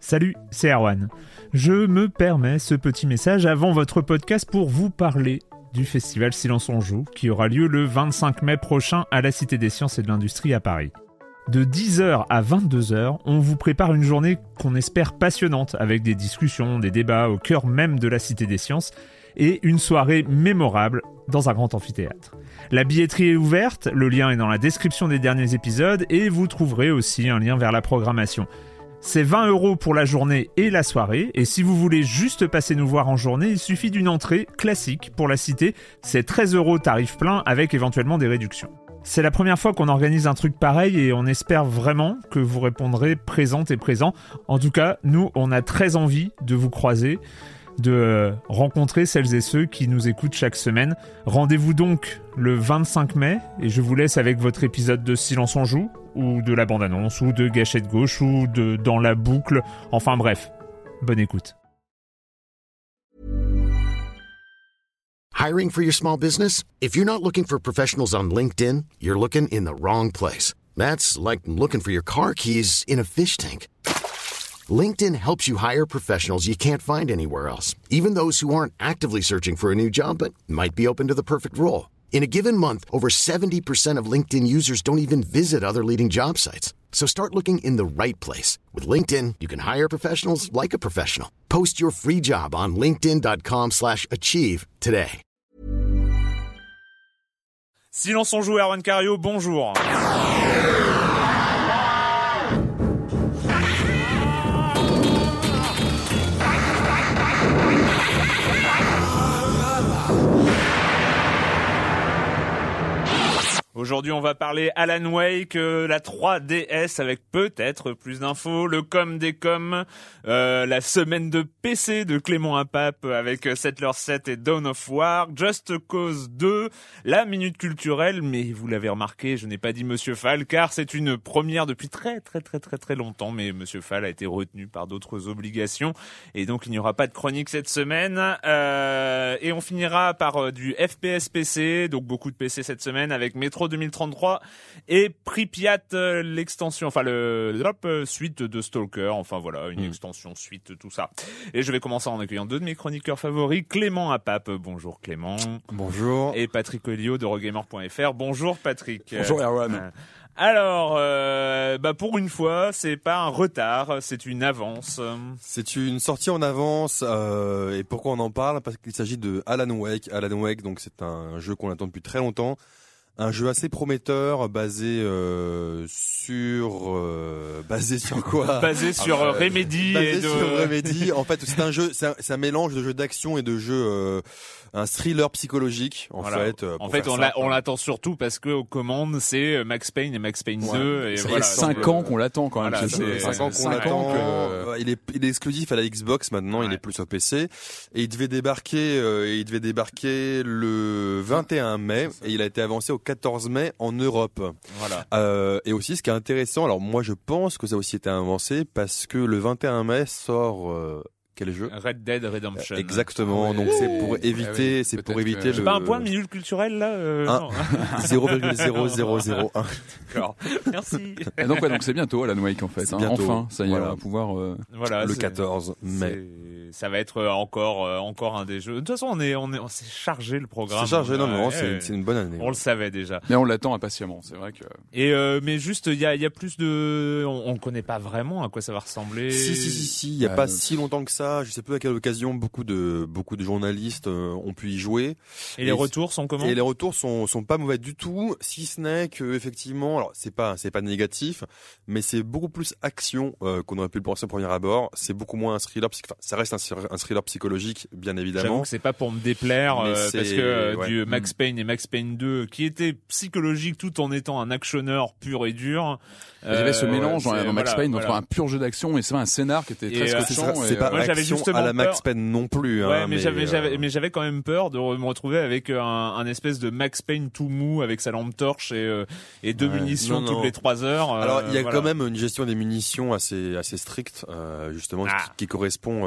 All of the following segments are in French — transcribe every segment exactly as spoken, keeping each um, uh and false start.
Salut, c'est Erwan. Je me permets ce petit message avant votre podcast pour vous parler du festival Silence on Joue qui aura lieu le vingt-cinq mai prochain à la Cité des Sciences et de l'Industrie à Paris. De dix heures à vingt-deux heures, on vous prépare une journée qu'on espère passionnante avec des discussions, des débats au cœur même de la Cité des Sciences et une soirée mémorable dans un grand amphithéâtre. La billetterie est ouverte, le lien est dans la description des derniers épisodes et vous trouverez aussi un lien vers la programmation. C'est vingt euros pour la journée et la soirée, et si vous voulez juste passer nous voir en journée, il suffit d'une entrée classique pour la Cité, c'est treize euros tarif plein avec éventuellement des réductions. C'est la première fois qu'on organise un truc pareil et on espère vraiment que vous répondrez présente et présent. En tout cas, nous, on a très envie de vous croiser, de rencontrer celles et ceux qui nous écoutent chaque semaine. Rendez-vous donc le vingt-cinq mai et je vous laisse avec votre épisode de Silence on Joue, ou de la bande-annonce, ou de Gâchette Gauche, ou de Dans la boucle. Enfin bref, bonne écoute. Hiring for your small business? If you're not looking for professionals on LinkedIn, you're looking in the wrong place. That's like looking for your car keys in a fish tank. LinkedIn helps you hire professionals you can't find anywhere else, even those who aren't actively searching for a new job but might be open to the perfect role. In a given month, over seventy percent of LinkedIn users don't even visit other leading job sites. So start looking in the right place. With LinkedIn, you can hire professionals like a professional. Post your free job on linkedin dot com slash achieve today. Silence on Joue, Erwan Cario, bonjour. Aujourd'hui, on va parler Alan Wake, euh, la trois D S avec peut-être plus d'infos, le com des coms, euh, la semaine de P C de Clément Apap avec Settlers sept et Dawn of War, Just Cause deux, la minute culturelle, mais vous l'avez remarqué, je n'ai pas dit Monsieur Fall car c'est une première depuis très très très très très longtemps, mais Monsieur Fall a été retenu par d'autres obligations et donc il n'y aura pas de chronique cette semaine. Euh, et on finira par euh, du F P S P C, donc beaucoup de P C cette semaine avec Metro deux mille trente-trois et Pripyat, euh, l'extension, enfin le drop euh, suite de Stalker, enfin voilà, une mmh. extension suite, tout ça. Et je vais commencer en accueillant deux de mes chroniqueurs favoris, Clément Apap. Bonjour Clément. Bonjour. Et Patrick Olliot de Eurogamer point F R. Bonjour Patrick. Bonjour Erwan. Euh, Alors, euh, bah pour une fois, c'est pas un retard, c'est une avance. C'est une sortie en avance. Euh, et pourquoi on en parle? Parce qu'il s'agit de Alan Wake. Alan Wake, donc c'est un jeu qu'on attend depuis très longtemps. Un jeu assez prometteur, basé euh, sur euh, basé sur quoi Basé sur euh, Remedy. Basé et de... sur Remedy. En fait, c'est un jeu, c'est un, c'est un mélange de jeu d'action et de jeu, euh, un thriller psychologique. En voilà. fait, euh, en fait, on, l'a, on l'attend surtout parce que aux commandes, c'est Max Payne et Max Payne ouais. deux. Et ça voilà, fait cinq ans qu'on l'attend quand même. Voilà, ça fait cinq ans qu'on l'attend. Que... Il est, il est exclusif à la Xbox maintenant. Ouais. Il est plus sur P C. Et il devait débarquer, euh, il devait débarquer le vingt et un mai et il a été avancé au quatorze mai en Europe. Voilà. Euh, et aussi, ce qui est intéressant, alors moi je pense que ça a aussi été avancé parce que le vingt et un mai sort euh, quel jeu? Red Dead Redemption. Exactement. Ouais. Donc c'est pour éviter, ouais, c'est pour éviter que... le. Pas un point de minute culturelle là. Euh, un... zéro virgule zéro zéro zéro un. D'accord. Merci. Et donc ouais, donc c'est bientôt Alan Wake en fait. Hein. Bientôt. Enfin, ça y est, voilà. on va pouvoir. Euh... Voilà. Le c'est... quatorze mai. C'est... Ça va être encore euh, encore un des jeux. De toute façon, on est on est on s'est chargé le programme. C'est chargé, non, non, ouais, c'est, c'est une bonne année. On ouais. le savait déjà. Mais on l'attend impatiemment, c'est vrai que. Et euh, mais juste, il y a il y a plus de, on, on connaît pas vraiment à quoi ça va ressembler. Si si si si, il y a euh... pas si longtemps que ça. Je sais plus à quelle occasion beaucoup de beaucoup de journalistes euh, ont pu y jouer. Et, et les retours sont comment? Et les retours sont sont pas mauvais du tout, si ce n'est que effectivement, alors c'est pas c'est pas négatif, mais c'est beaucoup plus action euh, qu'on aurait pu le penser au premier abord. C'est beaucoup moins un thriller, enfin ça reste un, un thriller psychologique, bien évidemment. J'avoue que c'est pas pour me déplaire euh, parce que euh, ouais. du Max Payne et Max Payne deux qui était psychologique tout en étant un actionneur pur et dur. Il y avait ce mélange ouais, dans Max voilà, Payne voilà. entre un pur jeu d'action et c'est vrai un scénar qui était très scotchant. C'est, c'est pas moi, action j'avais à la Max Payne non plus. Ouais, hein, mais, mais j'avais, euh... j'avais, mais j'avais quand même peur de me retrouver avec un, un espèce de Max Payne tout mou avec sa lampe torche et, euh, et deux ouais. munitions non, non. toutes les trois heures. Euh, Alors il y a voilà. quand même une gestion des munitions assez assez stricte, euh, justement, ah. qui, qui correspond, euh, qui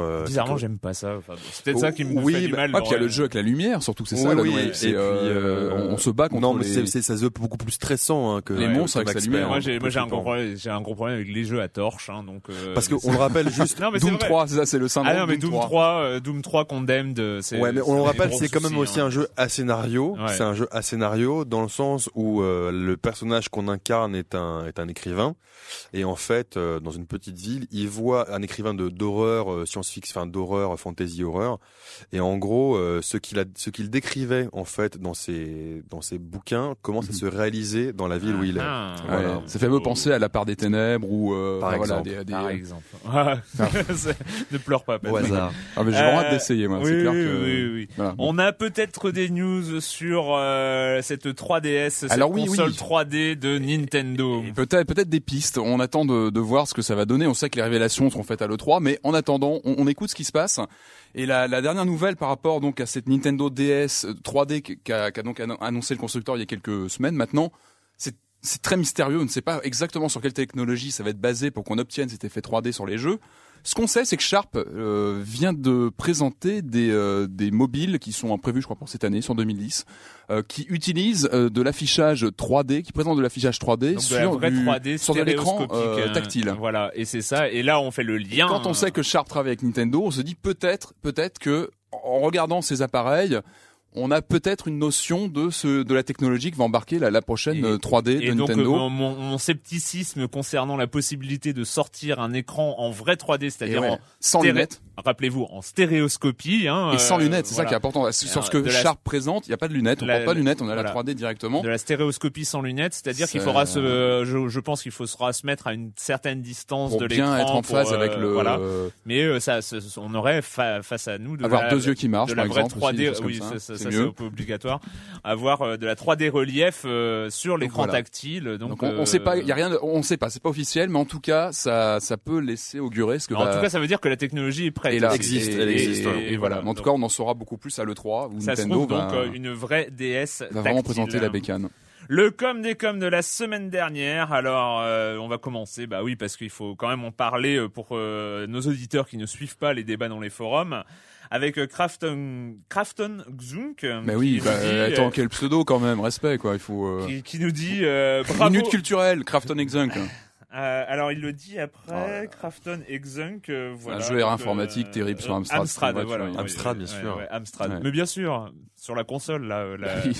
bizarrement, Donc, j'aime pas ça. Enfin, c'est peut-être ça qui me oui, fait du bah, mal. Ah, puis il y a le jeu avec la lumière, surtout, c'est ça. Oui, là, oui, ouais, et c'est, puis, euh, euh, on, on se bat contre non, mais les... c'est, c'est, ça se veut beaucoup plus stressant hein, que Les ouais, monstres avec Max sa lumière. Payne, Moi, hein, j'ai, moi, j'ai un gros flippant. problème, j'ai un gros problème avec les jeux à torche, hein, donc. Euh, Parce qu'on le rappelle juste. non, mais c'est Doom vrai. trois, c'est ça, c'est le syndrome Ah non, mais Doom Doom trois. trois, euh, Doom trois Condemned, c'est. Ouais, mais c'est on le un des rappelle, gros c'est quand même soucis, aussi hein. un jeu à scénario. Ouais. C'est un jeu à scénario dans le sens où euh, le personnage qu'on incarne est un est un écrivain et en fait euh, dans une petite ville, il voit un écrivain de d'horreur euh, science-fiction, enfin d'horreur, fantasy horreur et en gros euh, ce qu'il a ce qu'il décrivait en fait dans ses dans ses bouquins commence à se réaliser dans la ville où il est. Ah, Ouais, Voilà. ça fait me penser à La part des ténèbres ou euh, Par enfin, voilà, exemple. des, des, Par euh, exemple. C'est- ne pleure pas, Au Patrick. hasard. Ah, mais j'ai vraiment Euh, hâte d'essayer, moi. oui, c'est clair oui, que. oui, oui. Voilà. On a peut-être des news sur euh, cette trois D S, cette Alors oui, console oui. trois D de Nintendo. Et peut-être, peut-être des pistes. On attend de, de voir ce que ça va donner. On sait que les révélations seront faites à l'E trois, mais en attendant, on, on écoute ce qui se passe. Et la, la dernière nouvelle par rapport donc à cette Nintendo D S trois D qu'a, qu'a donc annoncé le constructeur il y a quelques semaines maintenant, c'est c'est très mystérieux. On ne sait pas exactement sur quelle technologie ça va être basé pour qu'on obtienne cet effet trois D sur les jeux. Ce qu'on sait, c'est que Sharp euh, vient de présenter des, euh, des mobiles qui sont prévus, je crois, pour cette année, sur deux mille dix, euh, qui utilisent euh, de l'affichage trois D, qui présentent de l'affichage trois D Donc de la sur, vraie du, trois D sur de l'écran stéréoscopique, euh, hein. tactile. Voilà, et c'est ça. Et là, on fait le lien. Quand on sait que Sharp travaille avec Nintendo, on se dit peut-être, peut-être que en regardant ces appareils, on a peut-être une notion de ce de la technologie qui va embarquer la, la prochaine Et- trois D Et de donc, Nintendo. euh, mon, mon, mon scepticisme concernant la possibilité de sortir un écran en vrai trois D, Et c'est-à-dire ouais, en sans stéré- lunettes rappelez-vous, en stéréoscopie, hein, et sans euh, lunettes, c'est voilà. ça qui est important. Sur Alors, ce que de la- Sharp présente, il n'y a pas de lunettes, on La- porte pas de lunettes, on a voilà. la trois D directement. De la stéréoscopie sans lunettes, c'est-à-dire qu'il C'est- faudra se, euh, je, je pense qu'il faudra se mettre à une certaine distance Pour de l'écran bien être en pour, phase euh, avec le, voilà. Mais euh, ça, ça- on aurait fa- face à nous de avoir la, deux yeux qui marchent, de la par vraie exemple, trois aussi, D, des choses comme oui, ça. ça, ça, C'est ça, mieux. c'est obligatoire. Avoir euh, de la trois D relief euh, sur l'écran voilà. tactile. Donc, Donc on, euh, on sait pas, il y a rien, de- on sait pas, c'est pas officiel, mais en tout cas, ça, ça peut laisser augurer ce que en va. tout cas, ça veut dire que la technologie est prête. et là, existe, et- elle et- existe, et, ouais. et voilà. Mais en tout Donc, cas, on en saura beaucoup plus à l'E trois où ça se Nintendo trouve donc va, euh, une vraie D S va vraiment tactile. présenter la bécane. Le com des com de la semaine dernière. Alors, euh, on va commencer. Bah oui, parce qu'il faut quand même en parler euh, pour euh, nos auditeurs qui ne suivent pas les débats dans les forums. Avec euh, Crafton, Crafton Xunk. Mais qui oui, nous bah, dit, attends, euh, quel pseudo quand même, respect quoi. Il faut. Euh... qui, qui nous dit euh, bravo. Minute culturelle, Crafton Exunk. Euh, alors il le dit après, Oh là là. Crafton Exunk, euh, voilà. jeu donc, informatique terrible sur Amstrad, Amstrad, c'est une voilà. voiture, Amstrad, Ouais, bien ouais, sûr. ouais, Amstrad. Ouais. Mais bien sûr, sur la console, là, euh, la, Oui.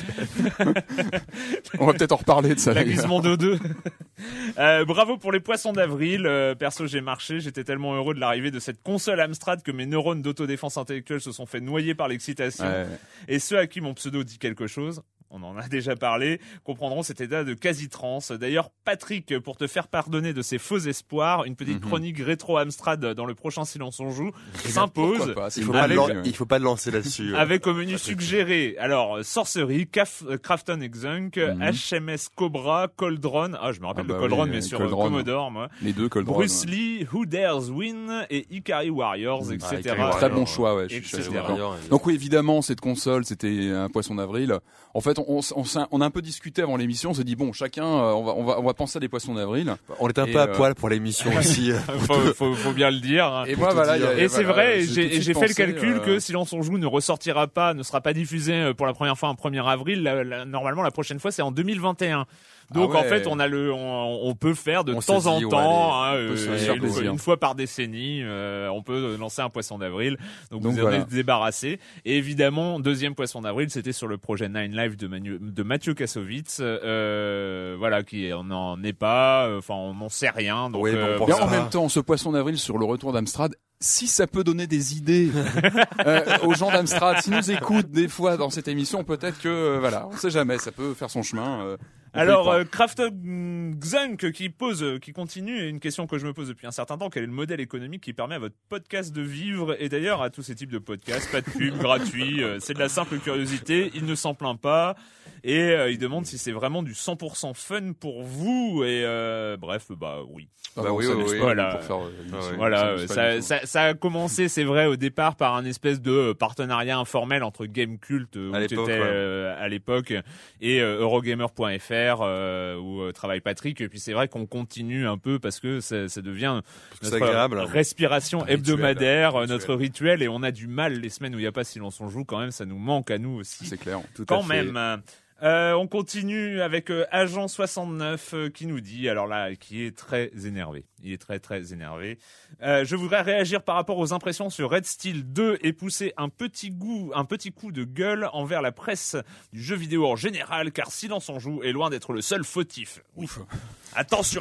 On va peut-être en reparler de ça. la d'ailleurs. Gizmodo deux. euh, bravo pour les poissons d'avril. Euh, perso, j'ai marché. J'étais tellement heureux de l'arrivée de cette console Amstrad que mes neurones d'autodéfense intellectuelle se sont fait noyer par l'excitation. Ouais. Et ceux à qui mon pseudo dit quelque chose, on en a déjà parlé, comprendront cet état de quasi-trance. D'ailleurs, Patrick, pour te faire pardonner de ses faux espoirs, une petite Mhm. chronique rétro Amstrad dans le prochain Silence on joue Pourquoi s'impose. pas, c'est Il une faut, bonne pas le avec- lan- idée, ouais. il faut pas le lancer là-dessus. ouais. Avec au menu suggéré, alors, Sorcery, Caf, euh, Crafton Exunk, Mhm. H M S Cobra, Coldron, ah je me rappelle Ah bah de Coldron oui, mais euh, sur Coldron. euh, Commodore moi, Les deux Cold Bruce Lee, Who Dares Win et Ikari Warriors, Ah, et cetera. Ikari Très Warriors. bon choix, ouais. Je suis- je suis et assez cetera. d'accord. Donc oui, évidemment, cette console, c'était un poisson d'avril. En fait, on, on, on, s'est- on a un peu discuté avant l'émission. On s'est dit bon, chacun, euh, on va, on va, on va penser à des poissons d'avril. On était un Et, peu à euh, poil pour l'émission aussi. faut, faut, faut bien le dire. hein. Et moi, tout voilà. dire. il y a- Et c'est voilà, vrai, j'ai tout j'ai de suite j'ai fait le pensé, calcul euh, que Silence on joue ne ressortira pas, ne sera pas diffusé euh, pour la première fois un premier avril. La- la- normalement, la prochaine fois, c'est en deux mille vingt et un. Donc Ah en ouais. fait, on a le, on, on peut faire de On se temps dit, en ouais, temps, allez, hein, on peut se euh, faire une, plaisir. une fois par décennie, euh, on peut lancer un poisson d'avril. Donc, Donc vous voilà. en êtes débarrassé. Et évidemment, deuxième poisson d'avril, c'était sur le projet Nine Live de, Manu, de Mathieu Kassovitz, euh, voilà, qui on n'en est pas, enfin on n'en sait rien. Donc Oui, bon, euh, pour Mais ça. en même temps, ce poisson d'avril sur le retour d'Amstrad, si ça peut donner des idées euh, aux gens d'Amstrad, s'ils nous écoutent des fois dans cette émission, peut-être que euh, voilà, on sait jamais, ça peut faire son chemin. Euh, on Alors, peut y euh, Crafton Xunk qui pose, euh, qui continue, et une question que je me pose depuis un certain temps, quel est le modèle économique qui permet à votre podcast de vivre, et d'ailleurs à tous ces types de podcasts, pas de pub, gratuit, euh, c'est de la simple curiosité, il ne s'en plaint pas, et euh, il demande si c'est vraiment du cent pour cent fun pour vous et euh, bref bah oui. Ah bah bon, oui, ça oui, n'use oui, pas voilà. pour faire, euh, l'émission. Voilà, Ça euh, n'use pas ça, du tout. ça, ça a commencé, c'est vrai, au départ par un espèce de partenariat informel entre Gamecult euh, où À tu l'époque, étais ouais. euh, à l'époque et euh, Eurogamer point F R euh, où euh, travaille Patrick. Et puis c'est vrai qu'on continue un peu parce que ça, ça devient que c'est notre agréable. respiration Un rituel, hebdomadaire, un euh, rituel. notre rituel. Et on a du mal les semaines où il n'y a pas Silence on joue quand même, ça nous manque à nous aussi. C'est clair. Tout à Quand fait. même. Euh, on continue avec euh, Agent soixante-neuf euh, qui nous dit, alors là, qui est très énervé. Il est très très énervé. Euh, je voudrais réagir par rapport aux impressions sur Red Steel deux et pousser un petit goût, un petit coup de gueule envers la presse du jeu vidéo en général, car Silence on joue est loin d'être le seul fautif. Ouf. Attention.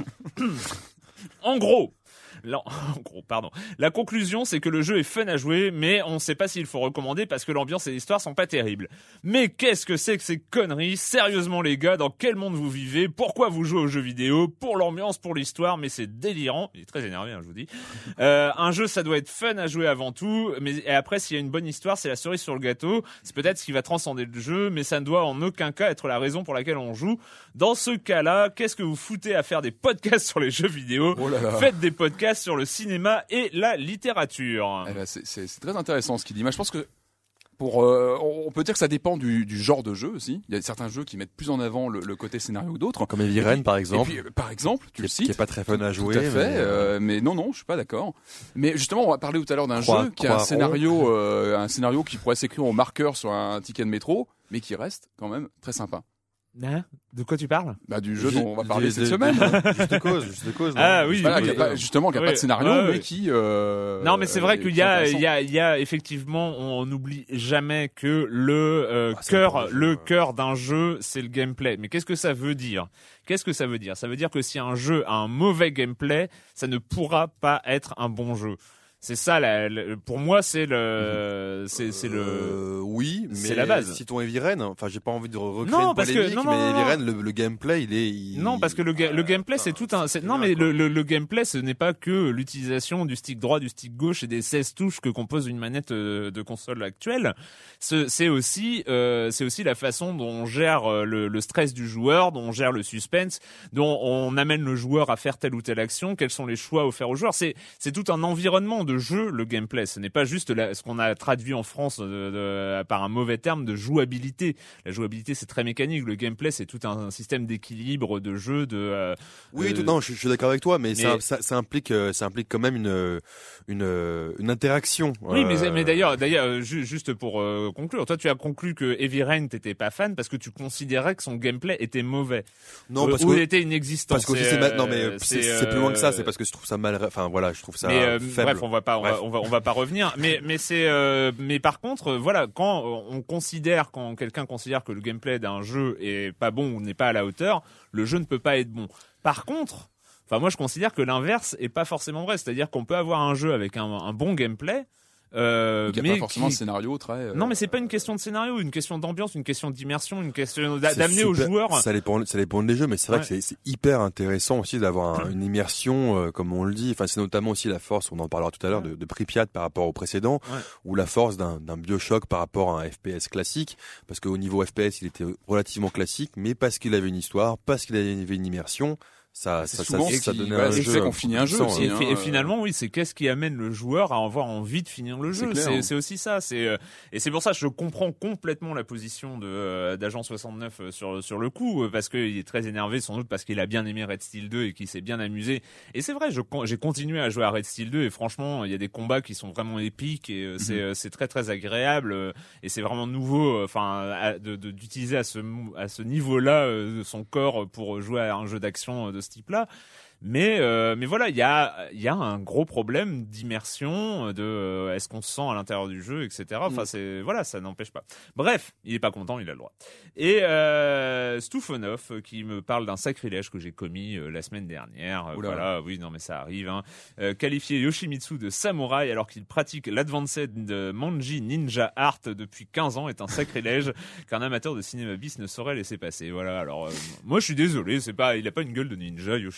En gros. Là, en gros, pardon. La conclusion, c'est que le jeu est fun à jouer, mais on ne sait pas s'il faut recommander parce que l'ambiance et l'histoire sont pas terribles. Mais qu'est-ce que c'est que ces conneries? Sérieusement, les gars, dans quel monde vous vivez? Pourquoi vous jouez aux jeux vidéo? Pour l'ambiance, pour l'histoire, mais c'est délirant. Il est très énervé, hein, je vous dis. Euh, un jeu, ça doit être fun à jouer avant tout, mais et après, s'il y a une bonne histoire, c'est la cerise sur le gâteau. C'est peut-être ce qui va transcender le jeu, mais ça ne doit en aucun cas être la raison pour laquelle on joue. Dans ce cas-là, qu'est-ce que vous foutez à faire des podcasts sur les jeux vidéo? Oh là là. Faites des podcasts sur le cinéma et la littérature. Eh ben, c'est, c'est, c'est très intéressant ce qu'il dit. Mais je pense que pour, euh, on peut dire que ça dépend du, du genre de jeu aussi. Il y a certains jeux qui mettent plus en avant le, le côté scénario que d'autres. Comme Heavy Rain, par exemple. Et puis, euh, par exemple, tu qui, le est, cites. qui est pas très fun à jouer. Tout à fait. Mais, euh, mais non, non, je suis pas d'accord. Mais justement, on va parler tout à l'heure d'un Croix- jeu qui a un Croix scénario, euh, un scénario qui pourrait s'écrire au marqueur sur un ticket de métro, mais qui reste quand même très sympa. Hein? De quoi tu parles? Bah, du jeu Ju- dont on va parler de- cette de- semaine. Juste cause, juste cause. non Ah oui, Voilà, oui, qui a oui. pas, justement, qui a Oui. pas de scénario, Ouais, mais ouais. qui. Euh, Non, mais c'est vrai euh, qu'il qui y est a, intéressant. il y a, il y a effectivement, on n'oublie jamais que le euh, Ah, c'est cœur, un bon jeu, le ouais. cœur d'un jeu, c'est le gameplay. Mais qu'est-ce que ça veut dire? Qu'est-ce que ça veut dire? Ça veut dire que si un jeu a un mauvais gameplay, ça ne pourra pas être un bon jeu. C'est ça, la, la- pour moi, c'est le, c'est, c'est le. Euh, oui, mais c'est la base. si ton Heavy Rain, enfin, j'ai pas envie de recréer Non, une parce que- polémique, non, non, mais non, Heavy non. Rain, le, le gameplay, il est. Il... Non, parce que le, ga- le gameplay, c'est tout un. c'est- non, mais le, le, le gameplay, ce n'est pas que l'utilisation du stick droit, du stick gauche et des seize touches que compose une manette euh, de console actuelle. Ce- C'est aussi, euh, c'est aussi la façon dont on gère euh, le, le stress du joueur, dont on gère le suspense, dont on amène le joueur à faire telle ou telle action. Quels sont les choix offerts aux joueurs? C'est, c'est tout un environnement de jeu, le gameplay. Ce n'est pas juste la- ce qu'on a traduit en France de, de, par un mauvais terme de jouabilité. La jouabilité, c'est très mécanique. Le gameplay, c'est tout un, un système d'équilibre, de jeu, de. Euh, Oui, euh, tout, non, je, je suis d'accord avec toi, mais, mais- Ça, ça, ça implique, euh, ça implique quand même une, une, une interaction. Oui, mais, Euh, mais d'ailleurs, d'ailleurs, euh, ju- juste pour euh, conclure, toi, tu as conclu que Heavy Rain, t'étais pas fan parce que tu considérais que son gameplay était mauvais. non, Euh, parce ou que. il était inexistant. Parce que C'est, c'est, ma- non, euh, mais c'est, c'est plus loin que ça, c'est parce que je trouve ça mal, enfin, voilà, je trouve ça mais euh, faible. bref, on va pas, on va, Bref. on va, on va pas revenir. Mais, mais c'est, euh, mais par contre, euh, voilà, quand on considère, quand quelqu'un considère que le gameplay d'un jeu est pas bon ou n'est pas à la hauteur, le jeu ne peut pas être bon. Par contre, enfin, moi, je considère que l'inverse est pas forcément vrai. C'est-à-dire qu'on peut avoir un jeu avec un, un bon gameplay. Euh, Il n'y a mais pas forcément qui- un scénario très. euh, Non, mais c'est pas une question de scénario, une question d'ambiance, une question d'immersion, une question d'a- C'est d'amener aux super- joueurs. Ça dépend, ça dépend des jeux, mais c'est vrai Ouais. que c'est, c'est hyper intéressant aussi d'avoir un- une immersion, euh, comme on le dit. Enfin, c'est notamment aussi la force, on en parlera tout à l'heure, Ouais. de, de Pripyat par rapport au précédent, Ouais. ou la force d'un, d'un Bioshock par rapport à un F P S classique, parce qu'au niveau F P S, il était relativement classique, mais parce qu'il avait une histoire, parce qu'il avait une immersion, ça, C'est ça, souvent ça, ce ça qui- donnait ouais, un c'est jeu. ça qu'on finit un jeu puissant, aussi, Et, hein. fi- et euh, finalement, oui, c'est qu'est-ce qui amène le joueur à avoir envie de finir le jeu. C'est clair, C'est hein. c'est aussi ça. C'est euh, et c'est pour ça que je comprends complètement la position de euh, d'Agent soixante-neuf euh, sur sur le coup, euh, parce qu'il est très énervé, sans doute parce qu'il a bien aimé Red Steel deux et qu'il s'est bien amusé. Et c'est vrai, je con- j'ai continué à jouer à Red Steel deux et franchement, il y a des combats qui sont vraiment épiques et euh, c'est euh, c'est très très agréable euh, et c'est vraiment nouveau. Enfin, à- de de- d'utiliser à ce à ce niveau-là euh, son corps pour jouer à un jeu d'action euh, de ce type-là. Mais euh, mais voilà, il y a il y a un gros problème d'immersion, de euh, est-ce qu'on se sent à l'intérieur du jeu, et cetera. Enfin Mm. c'est voilà, ça n'empêche pas. Bref, il est pas content, il a le droit. Et euh, Stoufonov euh, qui me parle d'un sacrilège que j'ai commis euh, la semaine dernière. Euh, Oula. voilà, oui, non mais ça arrive. Hein. Euh, qualifier Yoshimitsu de samouraï alors qu'il pratique l'advanced de Manji Ninja Art depuis quinze ans est un sacrilège qu'un amateur de cinéma bis ne saurait laisser passer. Voilà. Alors euh, moi je suis désolé, c'est pas, il a pas une gueule de ninja Yoshimitsu.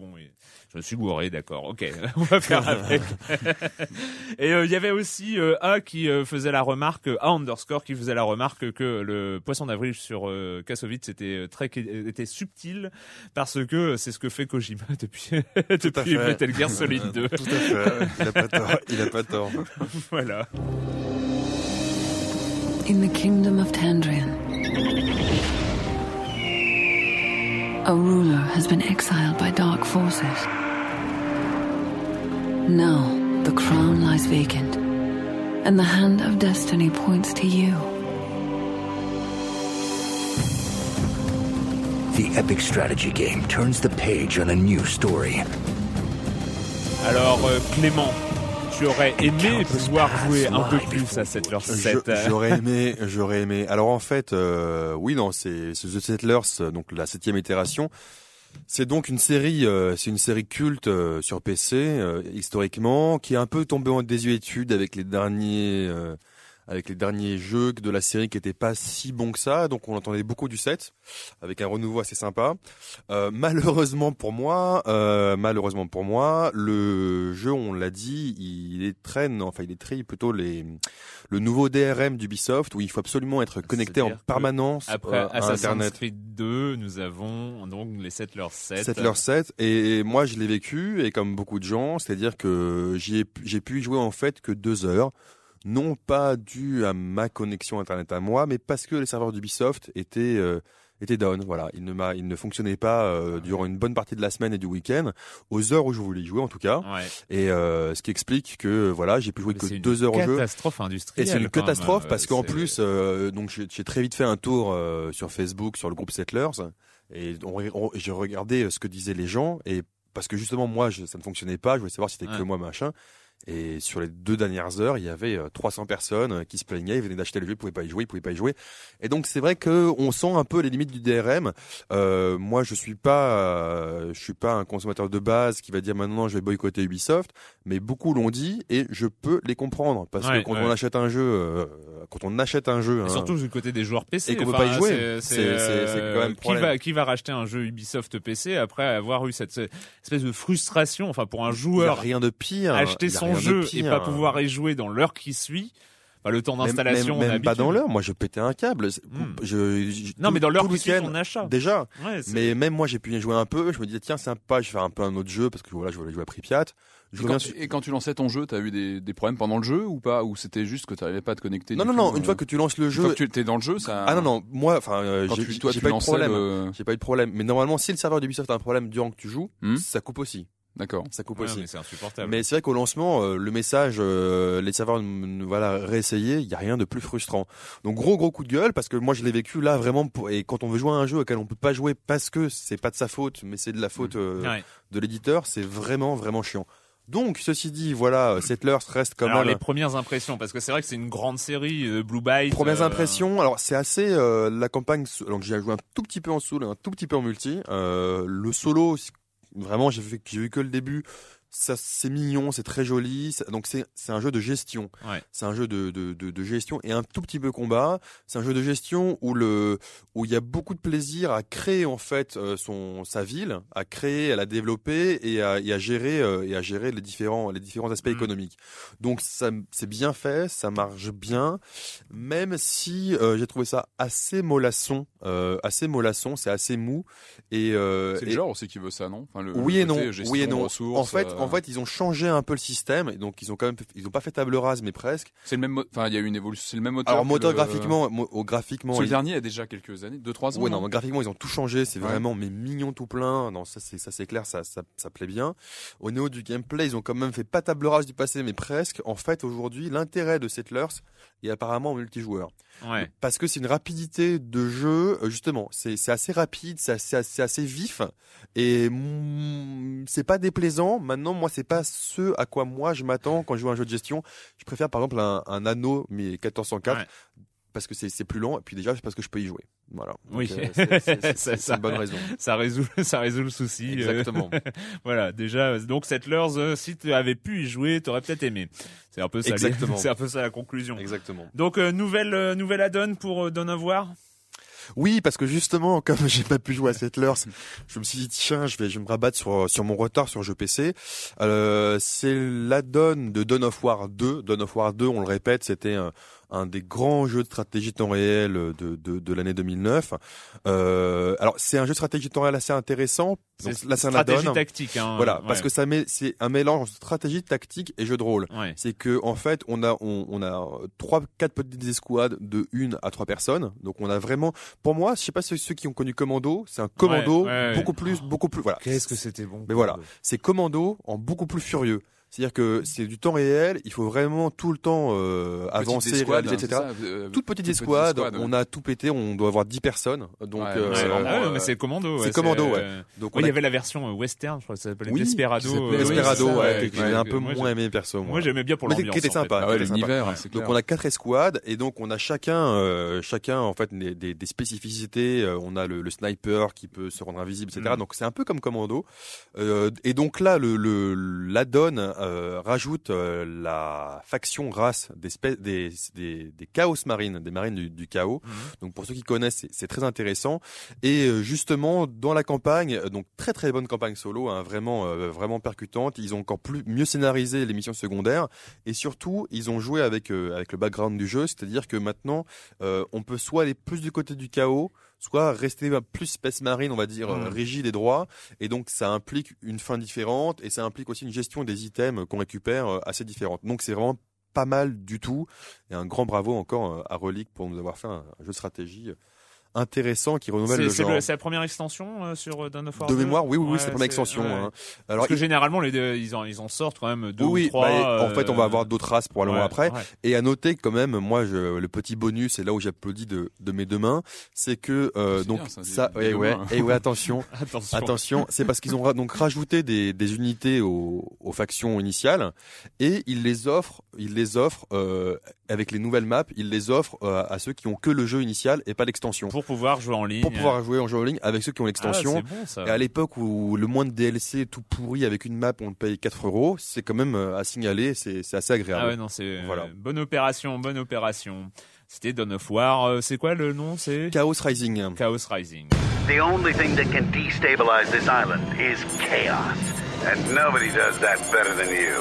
bon, oui. Je me suis gouré, d'accord. Ok, on va faire avec. Et il euh, y avait aussi euh, A qui euh, faisait la remarque, A underscore qui faisait la remarque que le poisson d'avril sur euh, Kassovitz était très était subtil parce que c'est ce que fait Kojima depuis depuis Metal Gear Solid deux. Tout à fait. Il a pas tort. Il a pas tort. Voilà. In the kingdom of Tandrian, a ruler has been exiled by dark forces. Now, the crown lies vacant, and the hand of destiny points to you. The epic strategy game turns the page on a new story. Alors, euh, Clément, tu aurais aimé pouvoir jouer un peu plus à Settlers sept. Je, j'aurais aimé, j'aurais aimé. Alors en fait, euh, oui, non, c'est, c'est The Settlers, donc la septième itération. C'est donc une série, euh, c'est une série culte euh, sur P C euh, historiquement, qui est un peu tombée en désuétude avec les derniers, euh, avec les derniers jeux de la série qui étaient pas si bons que ça. Donc on entendait beaucoup du sept, avec un renouveau assez sympa. Euh, malheureusement pour moi, euh, malheureusement pour moi, le jeu, on l'a dit, il est traîne, enfin il est très plutôt les le nouveau D R M d'Ubisoft où il faut absolument être connecté C'est-à-dire en permanence après euh, à Assassin's Internet. Creed deux, nous avons donc les Settlers sept. Settlers sept, et moi je l'ai vécu, et comme beaucoup de gens, c'est-à-dire que j'y ai, j'ai pu y jouer en fait que deux heures, non pas dû à ma connexion Internet à moi, mais parce que les serveurs d'Ubisoft étaient euh, étaient down. Voilà, il ne m'a, il ne fonctionnait pas euh, durant une bonne partie de la semaine et du week-end, aux heures où je voulais y jouer en tout cas. Ouais. Et euh, ce qui explique que voilà, j'ai pu jouer Mais que deux heures au jeu. C'est une catastrophe industrielle. Et c'est une quand catastrophe même, parce qu'en c'est... plus, euh, donc j'ai, j'ai très vite fait un tour euh, sur Facebook sur le groupe Settlers et on, on, j'ai regardé ce que disaient les gens, et parce que justement moi je, ça ne fonctionnait pas, je voulais savoir si c'était ouais. que moi machin. Et sur les deux dernières heures, il y avait trois cents personnes qui se plaignaient, ils venaient d'acheter le jeu, ils pouvaient pas y jouer, ils pouvaient pas y jouer. Et donc c'est vrai que on sent un peu les limites du D R M. Euh, moi, je suis pas, euh, je suis pas un consommateur de base qui va dire maintenant je vais boycotter Ubisoft, mais beaucoup l'ont dit et je peux les comprendre parce ouais, que quand ouais. on achète un jeu, euh, quand on achète un jeu, et hein, surtout du côté des joueurs P C, et qu'on enfin, peut pas y jouer, c'est, c'est, c'est, c'est, c'est quand même qui va qui va racheter un jeu Ubisoft P C après avoir eu cette, cette espèce de frustration, enfin pour un joueur, il y a rien de pire, acheter son jeu et pas pouvoir y jouer dans l'heure qui suit. Enfin, le temps d'installation, même, même, on même pas dans l'heure. Moi, je pétais un câble. Hmm. Je, je, non, tout, mais dans l'heure qui suit son achat. Déjà. Ouais, mais même moi, j'ai pu y jouer un peu. Je me disais, tiens, sympa, je vais faire un peu un autre jeu parce que voilà, je voulais jouer à Pripyat. Et quand, et quand tu lançais ton jeu, t'as eu des, des problèmes pendant le jeu ou pas, ou c'était juste que t'arrivais pas à te connecter? Non, non, non. Euh... Une fois que tu lances le jeu, une fois que tu étais dans le jeu, ça. Ah non, non. Moi, enfin, euh, j'ai, tu, toi, j'ai tu pas eu de problème. Le... J'ai pas eu de problème. Mais normalement, si le serveur d'Ubisoft a un problème durant que tu joues, hmm ça coupe aussi. D'accord. Ça coupe ouais, aussi. Mais c'est insupportable. Mais c'est vrai qu'au lancement, euh, le message, euh, les serveurs, voilà, réessayer, il y a rien de plus frustrant. Donc gros gros coup de gueule parce que moi je l'ai vécu là vraiment. Pour... Et quand on veut jouer à un jeu auquel on peut pas jouer parce que c'est pas de sa faute, mais c'est de la faute euh, ouais. de l'éditeur, c'est vraiment vraiment chiant. Donc, ceci dit, voilà, Settlers reste quand alors, même... les premières impressions, parce que c'est vrai que c'est une grande série, euh, Blue Byte... Premières euh... impressions, alors c'est assez... Euh, la campagne... Donc j'ai joué un tout petit peu en solo, un tout petit peu en multi. Euh, le solo, vraiment, j'ai vu, j'ai vu que le début... Ça, c'est mignon, c'est très joli. Donc c'est c'est un jeu de gestion. Ouais. C'est un jeu de, de de de gestion et un tout petit peu combat. C'est un jeu de gestion où le où il y a beaucoup de plaisir à créer en fait euh, son sa ville, à créer, à la développer et à et à gérer euh, et à gérer les différents les différents aspects mmh. économiques. Donc ça c'est bien fait, ça marche bien. Même si euh, j'ai trouvé ça assez mollasson, euh, assez mollasson, c'est assez mou et euh, c'est le et... genre aussi qui veut ça, non? Enfin, le, oui le et non, gestion, oui et non. Ressources, en fait. Euh... En fait, ils ont changé un peu le système, et donc ils ont quand même, ils ont pas fait table rase, mais presque. C'est le même, mo- enfin, il y a eu une évolution. C'est le même moteur. Alors moteur le... graphiquement, mo- au graphiquement. Sur le ils... dernier, il y a déjà quelques années, deux trois ans. Ouais, non, non, graphiquement ils ont tout changé. C'est ouais. vraiment mais mignon tout plein. Non, ça c'est ça c'est clair, ça ça ça plaît bien. Au niveau du gameplay, ils ont quand même fait pas table rase du passé, mais presque. En fait, aujourd'hui, l'intérêt de Settlers est apparemment en multijoueur. Ouais. Parce que c'est une rapidité de jeu, justement. C'est c'est assez rapide, c'est assez, assez assez vif et mm, c'est pas déplaisant. Maintenant, moi, c'est pas ce à quoi moi je m'attends quand je joue à un jeu de gestion. Je préfère par exemple un, un Anno mais quatorze cent quatre ouais. parce que c'est c'est plus lent et puis déjà c'est parce que je peux y jouer. Voilà. Donc, oui, euh, c'est, c'est, c'est, c'est, c'est une bonne raison. Ça résout, ça résout le souci. Exactement. Euh, voilà, déjà, donc Settlers, euh, si tu avais pu y jouer, t'aurais peut-être aimé. C'est un peu ça. Exactement. Les, c'est un peu ça la conclusion. Exactement. Donc euh, nouvelle, euh, nouvelle add-on pour euh, Dawn of War. Oui, parce que justement, comme j'ai pas pu jouer à Settlers, je me suis dit tiens, je vais je vais me rabattre sur sur mon retard sur jeu P C. Euh, c'est l'add-on de Dawn of War deux. Dawn of War deux, on le répète, c'était un, un des grands jeux de stratégie temps réel de de, de l'année deux mille neuf. Euh, alors c'est un jeu de stratégie temps réel assez intéressant. Donc, C'est là, c'est un stratégie add-on. tactique. Hein, Voilà, ouais. parce que ça met, c'est un mélange entre stratégie, tactique et jeu de rôle. Ouais. C'est que en fait, on a on, on a trois, quatre petites escouades de une à trois personnes. Donc on a vraiment, pour moi, je sais pas si ceux qui ont connu Commando, c'est un Commando Ouais, ouais, ouais. beaucoup plus, beaucoup plus. Voilà. Qu'est-ce que c'était bon. Mais voilà, c'est Commando en beaucoup plus furieux. C'est-à-dire que c'est du temps réel, il faut vraiment tout le temps euh, avancer, escouades, réaliser, et cetera. hein, c'est ça, euh, Toutes petites toutes escouades, escouades, ouais. on a tout pété, on doit avoir dix personnes. Donc Ouais, euh, c'est Ouais, vraiment, ah ouais, euh, mais c'est Commando. c'est ouais, Commando, c'est, ouais. euh, donc ouais, on il y a avait la version euh, western, je crois que ça s'appelait Oui, Desperado. qui s'appelait- euh, Desperado, oui, c'est ça, ouais, ouais, que j'ai ouais, un que peu moi, moins aimé perso. Moi, j'aimais bien pour Mais l'ambiance. qui était en fait. sympa. Ah ouais, C'était sympa. l'univers, c'est clair. Donc on a quatre escouades et donc on a chacun, euh, chacun en fait des, des, des spécificités. Euh, on a le, le sniper qui peut se rendre invisible, et cetera. Mm. Donc c'est un peu comme Commando. Euh, et donc là, le, le l'add-on euh, rajoute euh, la faction race des, spé- des, des des Chaos Marines, des marines du, du chaos. Mhm. Donc pour ceux qui connaissent, c'est, c'est très intéressant. Et euh, justement dans la campagne, euh, donc très très bonne campagne solo, hein, vraiment euh, vraiment percutante. Ils ont encore plus mieux scénarisé les missions secondaires et surtout ils ont joué avec euh, avec le background du jeu, c'est-à-dire que maintenant euh, on peut soit aller plus du côté du chaos, soit rester plus Space Marine, on va dire, Mhm. euh, rigide et droit. Et donc, ça implique une fin différente et ça implique aussi une gestion des items qu'on récupère euh, assez différente. Donc, c'est vraiment pas mal du tout. Et un grand bravo encore euh, à Relic pour nous avoir fait un, un jeu de stratégie euh, intéressant qui renouvelle C'est, le c'est, genre. le, c'est la première extension euh, sur euh, Dawn of War De deux. mémoire, oui, oui, oui, Ouais, c'est la première c'est- extension. ouais. Hein. Parce Alors, que généralement, les deux, ils en, ils en sortent quand même deux oui, ou trois. bah, en euh, fait, on va avoir d'autres races probablement ouais, après. ouais. Et à noter quand même, moi, je, le petit bonus, et là où j'applaudis de, de mes deux mains, c'est que euh, C'est donc bien, ça, ça, des- ouais, des ouais, mains. et ouais, attention, Attention. attention, c'est parce qu'ils ont ra- donc rajouté des, des unités aux, aux factions initiales et ils les offrent, ils les offrent euh, avec les nouvelles maps, ils les offrent euh, à ceux qui ont que le jeu initial et pas l'extension, Pour pouvoir jouer en ligne. pour pouvoir jouer en jeu en ligne avec ceux qui ont Ah, l'extension. c'est bon ça. Et à l'époque où le moins de D L C tout pourri avec une map on le paye quatre euros, c'est quand même euh, à signaler, c'est, c'est assez agréable. Ah ouais, non, c'est euh, Voilà. bonne opération, bonne opération. C'était Dawn of War. euh, c'est quoi le nom? C'est Chaos Rising. Chaos Rising. The only thing that can destabilize this island is chaos. And nobody does that better than you.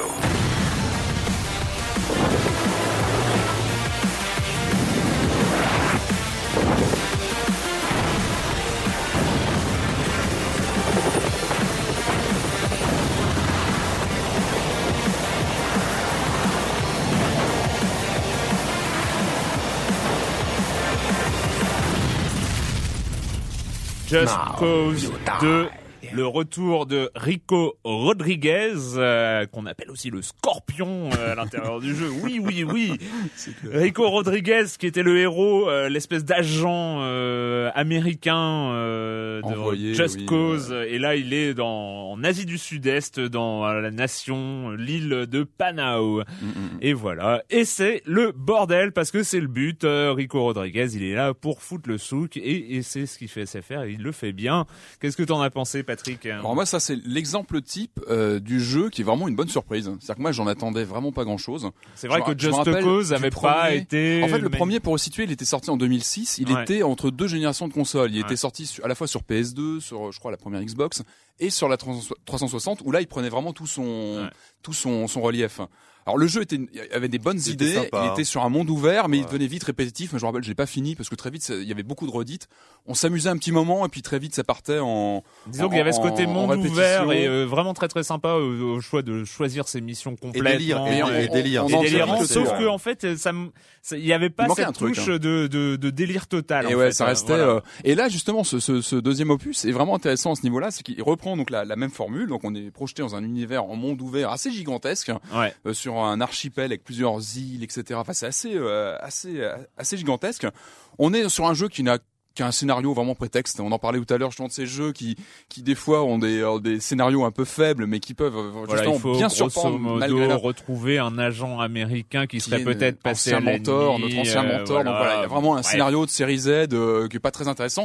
Just Now Cause you die. deux. Le retour de Rico Rodriguez, euh, qu'on appelle aussi le Scorpion euh, à l'intérieur du jeu. Oui, oui, oui. Rico Rodriguez, qui était le héros, euh, l'espèce d'agent euh, américain euh, de Envoyé, Just oui, Cause. Et là, il est dans, en Asie du Sud-Est, dans euh, la nation, l'île de Panao. Mm, mm. Et voilà. Et c'est le bordel, parce que c'est le but. Euh, Rico Rodriguez, il est là pour foutre le souk, et, et c'est ce qu'il fait sait faire, et il le fait bien. Qu'est-ce que t'en as pensé, Patrick? Alors moi, ça c'est l'exemple type euh, du jeu qui est vraiment une bonne surprise. C'est-à-dire que moi, j'en attendais vraiment pas grand-chose. C'est vrai Je me- que je me Just rappelle Cause du avait premier- pas été... En fait, le mais- premier, pour situer, il était sorti en deux mille six. Il Ouais. était entre deux générations de consoles. Il Ouais. était sorti sur- à la fois sur P S deux, sur, je crois, la première Xbox, et sur la trois cent soixante, où là, il prenait vraiment tout son, Ouais. tout son, son relief. Alors le jeu était, il avait des bonnes C'était idées. sympa, Il hein. était sur un monde ouvert, mais il Ouais. devenait vite répétitif. Mais je me rappelle, j'ai pas fini parce que très vite, ça- il y avait beaucoup de redites. On s'amusait un petit moment, et puis très vite, ça partait en. Disons en- qu'il y avait ce côté en- en monde répétition. ouvert et euh, vraiment très très sympa au, au choix de choisir ses missions complètement. délire, et- euh, et délire. on et en délirant, sait sauf plus, que ouais. en fait, ça, me- ça- il y avait pas Il manquait cette un truc, touche hein. de, de, de délire total. Et en ouais, fait, ça hein, restait. voilà. euh, Et là, justement, ce, ce, ce deuxième opus est vraiment intéressant à ce niveau-là, c'est qu'il reprend donc la, la même formule. Donc, on est projeté dans un univers en monde ouvert assez gigantesque, Ouais. euh, sur un archipel avec plusieurs îles, et cetera. Enfin, c'est assez, euh, assez, euh, assez gigantesque. On est sur un jeu qui n'a qui a un scénario vraiment prétexte. On en parlait tout à l'heure, je de ces jeux qui, qui des fois ont des, ont des scénarios un peu faibles, mais qui peuvent euh, Voilà, justement il faut bien grosso surprendre modo malgré la retrouver un agent américain qui, qui serait est peut-être passé ancien à l'ennemi, mentor, notre ancien euh, mentor. Donc voilà, il y a vraiment un Bref. scénario de série Z euh, qui est pas très intéressant.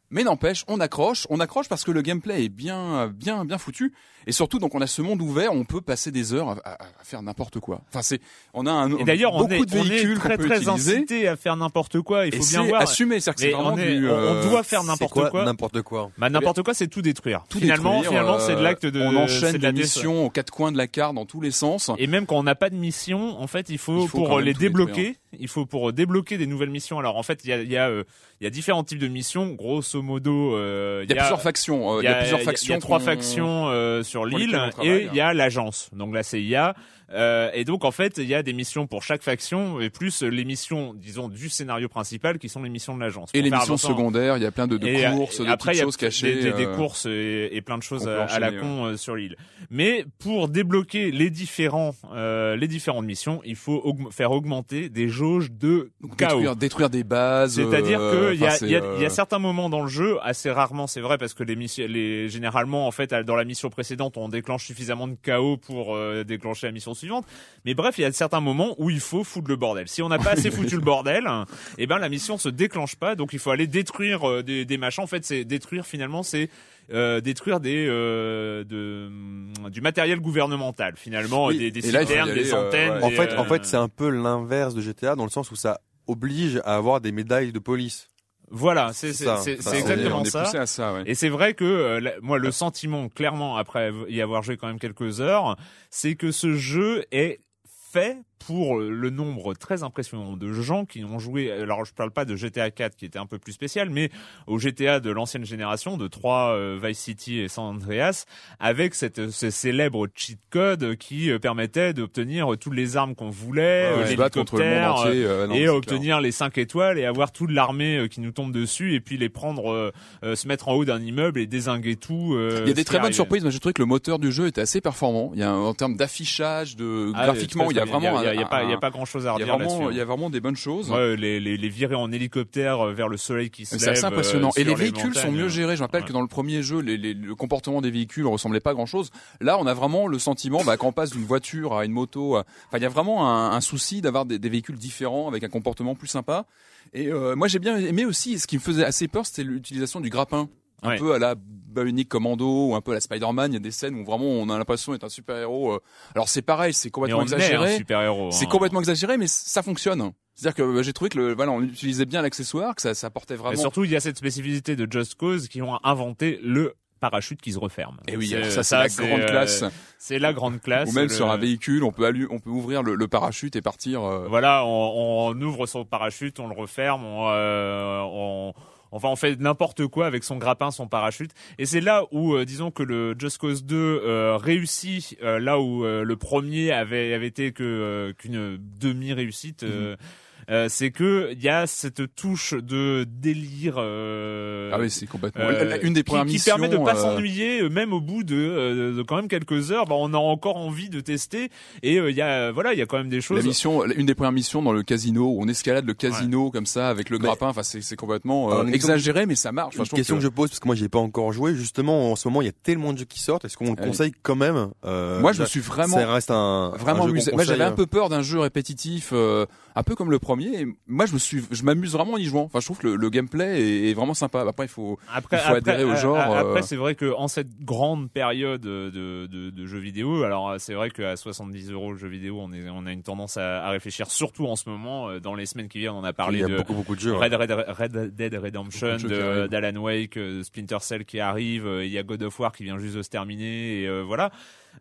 Mais n'empêche, on accroche, on accroche parce que le gameplay est bien, bien, bien foutu. Et surtout, donc, on a ce monde ouvert, on peut passer des heures à, à, à faire n'importe quoi. Enfin, c'est, on a un, et d'ailleurs, beaucoup on est, de véhicules on est très, qu'on peut très utiliser. incité à faire n'importe quoi. Il faut et bien c'est voir. Assumé, c'est-à-dire que c'est vraiment on, est, du, euh, on doit faire C'est n'importe quoi, quoi. N'importe quoi. Bah, n'importe quoi, c'est tout détruire. Tout finalement, détruire, finalement, euh, c'est de l'acte de, on enchaîne c'est de la des dé- missions aux quatre coins de la carte dans tous les sens. Et même quand on n'a pas de mission, en fait, il faut, Il faut quand pour même les tout débloquer, détruire. il faut pour débloquer des nouvelles missions. Alors en fait, il y a, il y a, euh, il y a différents types de missions. Grosso modo, euh, Il y a plusieurs factions. euh, Il y a, plusieurs il y a- factions. il y a trois qu'on- factions euh, sur pour l'île lesquelles on travaille, et hein. il y a l'agence. Donc la C I A. Euh, et donc en fait, il y a des missions pour chaque faction et plus les missions, disons, du scénario principal qui sont les missions de l'agence. Et Pour les faire missions avancer en- secondaires, il y a plein de, de et, courses, et de après, il petites y a choses cachées. des, des, des euh, courses et, et plein de choses qu'on à, peut à la enchaîner, con euh, sur l'île. Mais pour débloquer les différents, euh, les différentes missions, il faut aug- faire augmenter des jauges de donc chaos. détruire, détruire des bases. C'est-à-dire euh, qu'il y a, enfin, il y, a, c'est, il y a euh, certains moments dans le jeu, assez rarement c'est vrai parce que les missions, les, généralement en fait dans la mission précédente on déclenche suffisamment de chaos pour euh, déclencher la mission suivante. Mais bref, il y a certains moments où il faut foutre le bordel. Si on n'a pas assez foutu le bordel, eh ben la mission se déclenche pas. Donc il faut aller détruire euh, des, des machins. En fait, c'est détruire finalement, c'est euh, détruire des euh, de, du matériel gouvernemental finalement, Oui, des, des et là, il faut y citernes, aller, des euh, antennes. ouais. En des, fait, en euh, fait, c'est un peu l'inverse de G T A dans le sens où ça oblige à avoir des médailles de police. voilà, c'est C'est c'est ça. c'est Enfin, c'est on est- exactement on est ça. poussé à ça, ouais. Et c'est vrai que euh, la- moi le sentiment clairement après y avoir joué quand même quelques heures, c'est que ce jeu est fait pour le nombre très impressionnant de gens qui ont joué. Alors je parle pas de G T A quatre qui était un peu plus spécial, mais au G T A de l'ancienne génération, de trois euh, Vice City et San Andreas, avec cette ce célèbre cheat code qui euh, permettait d'obtenir toutes les armes qu'on voulait, Ouais, euh, se battre contre le monde l'hélicoptère, entier, euh, non, et c'est obtenir les cinq étoiles et avoir toute l'armée euh, qui nous tombe dessus et puis les prendre, euh, euh, se mettre en haut d'un immeuble et dézinguer tout. euh, Il y a des ce très qui bonnes arrive. surprises. Moi, j'ai trouvé que le moteur du jeu était assez performant. Il y a un- en termes d'affichage, de Ah, graphiquement, très, il y a très bien. vraiment, il y a, il y a un- pas, il y a un- pas grand chose à il y a redire vraiment, là-dessus. il y a vraiment des bonnes choses. Ouais, les, les, les virer en hélicoptère euh, vers le soleil qui se lève. C'est assez impressionnant. euh, Et les sur véhicules sont montagnes. mieux gérés. Je rappelle Ouais. que dans le premier jeu, les, les- le comportement des véhicules ressemblait pas à grand chose. Là, on a vraiment le sentiment, bah, quand on passe d'une voiture à une moto, à- enfin, il y a vraiment un, un souci d'avoir des, des véhicules différents avec un comportement plus sympa. Et euh, moi, j'ai bien aimé aussi. Ce qui me faisait assez peur, c'était l'utilisation du grappin. Un Ouais. peu à la Bionic Commando ou un peu à la Spider-Man. Il y a des scènes où vraiment on a l'impression d'être un super-héros. euh. Alors c'est pareil, c'est Mais complètement on est un exagéré. super-héros. C'est hein. complètement exagéré, mais ça fonctionne. C'est-à-dire que euh, j'ai trouvé que le, voilà, on utilisait bien l'accessoire, que ça, ça portait Mais vraiment. surtout, il y a cette spécificité de Just Cause qui ont inventé le parachute qui se referme. Et oui, C'est- alors ça, c'est la grande euh, classe. C'est la grande classe. Ou même le- sur un véhicule, on peut allu- on peut ouvrir le, le parachute et partir. euh, Voilà, on, on ouvre son parachute, on le referme, on, euh, on, enfin on fait n'importe quoi avec son grappin, son parachute. Et c'est là où, euh, disons que le Just Cause deux euh, réussit, euh, là où euh, le premier avait, avait été que euh, qu'une demi-réussite. Euh, euh, c'est que il y a cette touche de délire. Euh, Ah oui, c'est complètement. euh, La- une des qui, premières qui missions. permet de pas euh, s'ennuyer, euh, même au bout de, euh, de quand même quelques heures. Bah, on a encore envie de tester. Et euh, il y a, voilà, il y a quand même des La choses. mission, une des premières missions dans le casino, où on escalade le casino comme ça avec le Mais- grappin. Enfin, c'est c'est complètement euh, Alors, une exagéré, mais ça marche. Enfin, Une je trouve question que... que- je pose parce que moi j'y ai pas encore joué. Justement, en ce moment il y a tellement de jeux qui sortent. Est-ce qu'on le Ah oui. conseille quand même euh, Moi, je me ça- suis vraiment, Ça reste un vraiment un jeu amusé. qu'on Moi, j'avais conseille. un peu peur d'un jeu répétitif, euh, un peu comme le premier. Et moi, je me suis, je m'amuse vraiment en y jouant. Enfin, je trouve que le, le gameplay est, est vraiment sympa. Après, il faut, Après, il faut après, adhérer au a- genre. a- euh, Après, c'est vrai que en cette grande période de, de, de jeux vidéo, alors c'est vrai qu'à soixante-dix euros le jeu vidéo, on est, on a une tendance à, à réfléchir, surtout en ce moment. euh, Dans les semaines qui viennent, on a parlé Il y a de beaucoup beaucoup de jeux. ouais. Red, Red, Red Dead Redemption, Beaucoup de jeux qui de- arrivent. d'Alan Wake, euh, Splinter Cell qui arrive, euh, il y a God of War qui vient juste de se terminer, et euh, voilà.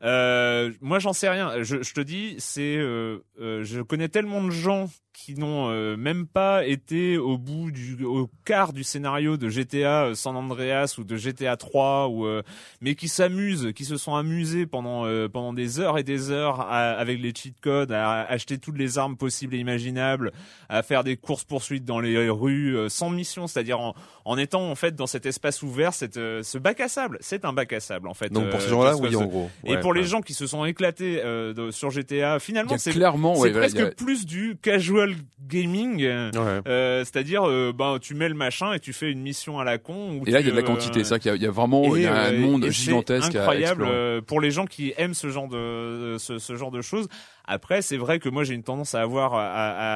Euh, moi, j'en sais rien. Je, je te dis, c'est, euh, euh, je connais tellement de gens qui n'ont euh, même pas été au bout du, au quart du scénario de G T A San Andreas ou de G T A trois, ou euh, mais qui s'amusent, qui se sont amusés pendant euh, pendant des heures et des heures à- avec les cheat codes, à acheter toutes les armes possibles et imaginables, à faire des courses poursuites dans les rues euh, sans mission, c'est-à-dire en, en étant en fait dans cet espace ouvert, cette, euh, ce bac à sable. C'est un bac à sable en fait. Donc pour euh, ces gens-là, Just oui, Cause en deux. gros. Et ouais. pour les ouais. gens qui se sont éclatés euh, de, sur G T A, finalement c'est clairement c'est ouais, presque voilà, a... plus du casual gaming, euh, ouais. euh, c'est-à-dire euh, ben tu mets le machin et tu fais une mission à la con. Et là il y a de la euh, quantité, c'est vrai qu'il y a, il y a vraiment il y a un et, monde et gigantesque c'est incroyable à explorer. euh, pour les gens qui aiment ce genre de ce, ce genre de choses. Après, c'est vrai que moi j'ai une tendance à avoir à,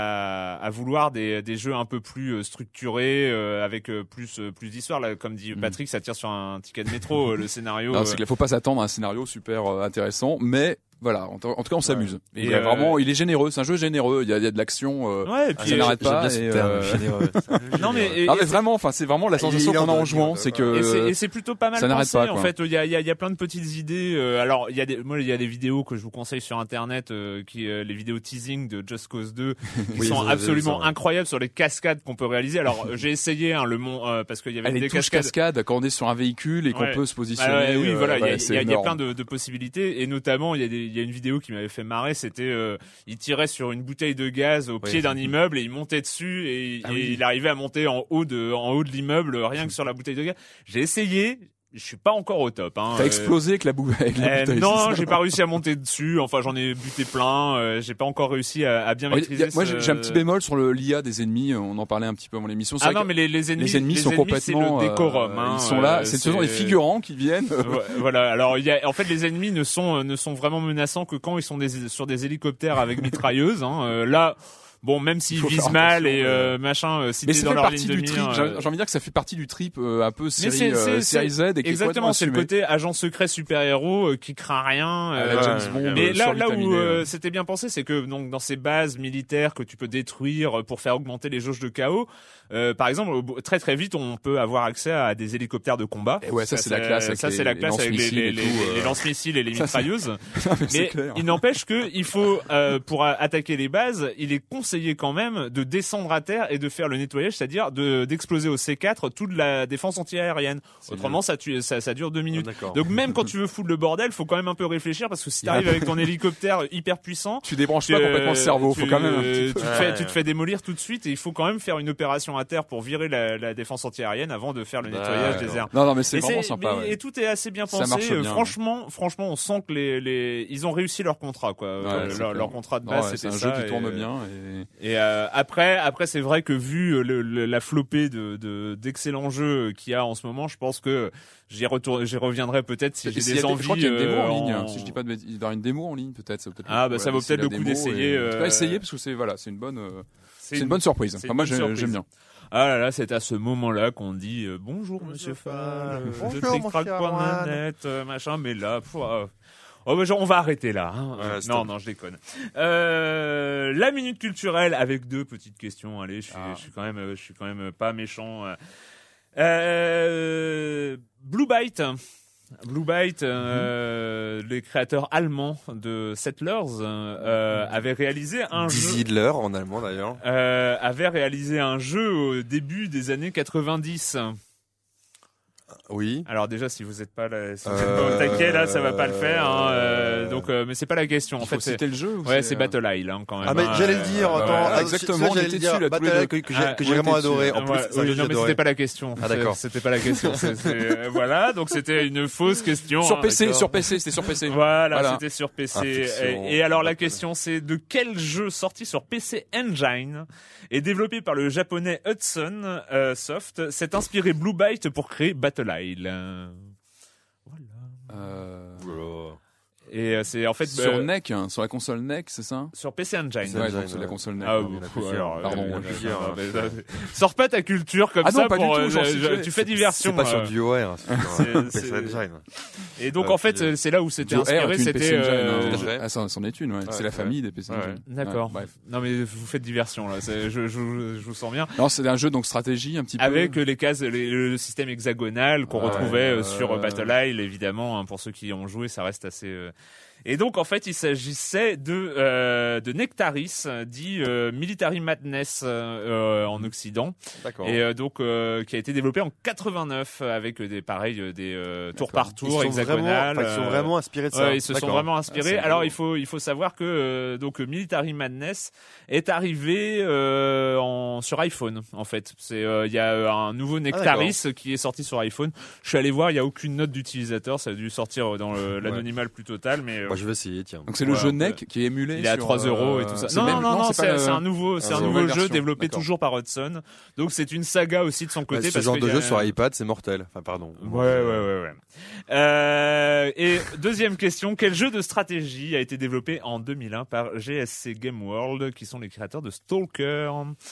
à, à vouloir des, des jeux un peu plus structurés euh, avec plus plus d'histoire. Là, comme dit Patrick, ça tire sur un ticket de métro. Le scénario. Non, c'est qu'il faut pas s'attendre à un scénario super euh, intéressant, mais voilà, en, t- en tout cas on s'amuse. Ouais. Et Et euh, euh... vraiment, il est généreux, c'est un jeu généreux. Il y a, il y a de l'action, euh, ouais, et puis ça n'arrête pas. J'aime bien Et, ce terme, euh... généreux. non mais, et, non, mais et vraiment, enfin c'est vraiment la sensation qu'on a en jouant, c'est que et c'est, et c'est plutôt pas mal ça n'arrête pensé. pas, quoi. En fait, il y a il y a il y a plein de petites idées. Euh, alors il y a des moi il y a des vidéos que je vous conseille sur internet, euh, qui euh, les vidéos teasing de Just Cause deux qui oui, sont ça, absolument ça, ouais. incroyables sur les cascades qu'on peut réaliser. Alors j'ai essayé hein, le mont euh, parce qu'il y avait elle des est touche cascades. cascade quand on est sur un véhicule et qu'on Ouais. peut se positionner. Ah ouais, oui, euh, voilà, il ouais, y a, c'est y a, y a énorme. plein de, de possibilités et notamment il y a des, il y a une vidéo qui m'avait fait marrer, c'était euh, il tirait sur une bouteille de gaz au pied oui. d'un immeuble et il montait dessus et, Ah et oui. il arrivait à monter en haut de en haut de l'immeuble rien que sur la bouteille de gaz. J'ai essayé, je suis pas encore au top. Hein, T'as euh, explosé avec la, bou- avec la euh, bouteille. non, c'est ça j'ai pas réussi à monter dessus. Enfin, j'en ai buté plein. Euh, j'ai pas encore réussi à, à bien Ouais, maîtriser. y a- moi, ce... j'ai j'ai un petit bémol sur le l'I A des ennemis. On en parlait un petit peu avant l'émission. C'est Ah vrai non, que mais les, les ennemis, les ennemis sont complètement. c'est le décorum. euh, hein, ils sont là. euh, C'est toujours des figurants qui viennent. Ouais, voilà. Alors, il y a, en fait, les ennemis ne sont ne sont vraiment menaçants que quand ils sont des, sur des hélicoptères avec mitrailleuses. Hein. Euh, là. Bon, même s'ils Il faut visent faire mal attention, et euh, euh, machin, euh, si Mais t'es ça dans fait leur partie ligne de du trip. mire, J'ai euh, j'ai envie de dire que ça fait partie du trip euh, un peu mais série, c'est, euh, c'est, série Z et qui est exactement, c'est le complètement côté agent secret super héros euh, qui craint rien. assumé. euh, À la James ouais, Bond, mais euh, là, là où survitaminé, euh, euh. c'était bien pensé, c'est que donc dans ces bases militaires que tu peux détruire pour faire augmenter les jauges de chaos, euh, par exemple, au- très très vite, on peut avoir accès à des hélicoptères de combat. Et ouais, ça, c'est la classe avec Ça les- c'est la les classe avec les, lance-missiles les, et les, tout, euh. les lance-missiles et les Ça, c'est- mitrailleuses. Non, mais c'est Mais clair. il n'empêche que il faut euh, pour a- attaquer les bases, il est conseillé quand même de descendre à terre et de faire le nettoyage, c'est-à-dire de d'exploser au C quatre toute la défense anti-aérienne. Autrement, ça, tue, ça ça dure deux minutes. Ah, d'accord. Donc même quand tu veux foutre le bordel, faut quand même un peu réfléchir parce que si t'arrives avec ton hélicoptère hyper puissant, Tu débranches tu, pas euh, complètement le cerveau. tu, Faut quand même un petit tu, peu. te fais, tu te fais démolir tout de suite et il faut quand même faire une opération à terre pour virer la, la défense anti-aérienne avant de faire le nettoyage D'accord. des airs. Non, non, mais c'est Et, vraiment c'est- sympa. mais- ouais. et tout est assez bien Ça pensé. marche Euh, bien, franchement, franchement, on sent que les, les, ils ont réussi leur contrat, quoi. Euh, Ouais, leur, c'est leur clair. contrat de Non, base, ouais, c'est c'était un ça. jeu qui et, tourne euh, bien. Et... Et euh, après, après, c'est vrai que vu euh, le, le- la flopée de, de d'excellents jeux qu'il y a en ce moment, je pense que j'y retourne, j'y reviendrai peut-être si Et j'ai s'il y des a des- envies. Je crois qu'il y a une démo euh, en ligne. en- Si je dis pas de bêtises, il doit y avoir une démo en ligne peut-être. Ça vaut peut-être Ah, le bah, coup, ça vaut d'essayer peut-être la le coup démo d'essayer, et- En tout cas, euh, essayer parce que c'est voilà, c'est une bonne, euh, C'est c'est une bonne surprise. c'est Enfin, une moi, bonne j'ai- surprise. j'aime bien. Ah là là, c'est à ce moment-là qu'on dit euh, bonjour Monsieur Fall, euh, de TrickTrack point net, euh, machin, mais là, pff, euh, oh bah genre, on va arrêter là. Hein. Ouais, Euh, stop. non, non, je déconne. Euh, la minute culturelle avec deux petites questions. Allez, je suis, Ah. je suis quand même, euh, je suis quand même pas méchant. euh. Euh, Blue Byte. Blue Byte, euh, les créateurs allemands de Settlers, euh, avaient réalisé un jeu. Dizzy Hitler en allemand d'ailleurs. Euh, avait réalisé un jeu au début des années quatre-vingt-dix. Oui. Alors déjà, si vous n'êtes pas là, si vous êtes Euh, pas au taquet là, ça va pas le faire. Hein, euh, donc, euh, mais c'est pas la question. En Il fait, faut c'est citer le jeu. ou ouais, c'est euh, Battle Isle hein, quand même. Ah mais hein, j'allais le euh, dire, ouais, attends, ouais. ah, exactement, celui-là, on j'allais était le dire, dessus, là, tous Battle les Isle deux. que, que Ah, j'ai, que on j'ai vraiment était adoré. dessus. En plus, Ouais, c'est un oui, jeu non, que mais j'ai c'était pas adoré. la question. Ah, d'accord. C'est- C'était pas la question. C'est, c'est, euh, voilà, donc c'était une fausse question. Sur hein, P C, d'accord. sur P C, c'était sur P C. Voilà, Voilà. c'était sur P C. Ah, fiction. et, et alors la question c'est de quel jeu sorti sur P C Engine et développé par le japonais Hudson euh, Soft s'est inspiré Blue Byte pour créer Battle Isle. Euh, Voilà. Euh, Et euh, c'est en fait Sur euh, N E C, hein, sur la console N E C, c'est ça? sur P C Engine. C'est Ouais, Engine, donc c'est la ouais. console N E C. Ah, il y en a pff, plusieurs. alors, Pardon, euh, il y en a euh, plusieurs, euh, hein. euh, euh, Sors pas ta culture comme Ah ça non, pas du pour tout, euh, j'en je- suis je- sûr. tu fais diversion. C'est pas sur euh, BioWare, c'est- c'est c'est- sur P C Engine. Et donc Ouais, en fait puis, euh, c'est là où c'était Duo R inspiré, est une P C c'était Engine, euh, hein. tout à fait. Ah, ça, c'en est une, ouais. Ouais, C'est la ouais. famille des P C Ouais. Engine. D'accord. Ouais, bref. Non mais vous faites diversion là, c'est- je, je, je vous sens bien. Non, c'est un jeu donc stratégie un petit peu. Avec les cases, les- le système hexagonal qu'on Ouais, retrouvait euh, euh, sur Battle Isle, évidemment. Hein, pour ceux qui y ont joué, ça reste assez. euh, Et donc en fait il s'agissait de euh, de Nectaris, dit euh, Military Madness euh, en Occident. D'accord. Et euh, donc euh, qui a été développé en quatre-vingt-neuf avec des pareils des euh, tours par tour hexagonales. Ils sont vraiment inspirés de ça. Ouais, ils se D'accord. sont vraiment inspirés. Ah, Alors beau. il faut il faut savoir que euh, donc Military Madness est arrivé euh, en sur iPhone en fait. C'est euh, il y a un nouveau Nectaris ah, qui est sorti sur iPhone. Je suis allé voir, il y a aucune note d'utilisateur, ça a dû sortir dans le, l'anonymat le plus total, mais. Moi, je vais essayer, tiens. Donc c'est le ouais, jeu N E C qui est émulé. Il est à sur, trois euros euh, et tout ça. c'est Non, même, non, non, non, c'est, c'est, c'est un nouveau, c'est un nouveau jeu développé D'accord. toujours par Hudson. Donc c'est une saga aussi de son côté. Ouais, ce parce genre que de jeu a... sur iPad, c'est mortel. Enfin, pardon. Ouais, ouais, ouais, ouais. Euh, et deuxième question, quel jeu de stratégie a été développé en deux mille un par G S C Game World, qui sont les créateurs de Stalker?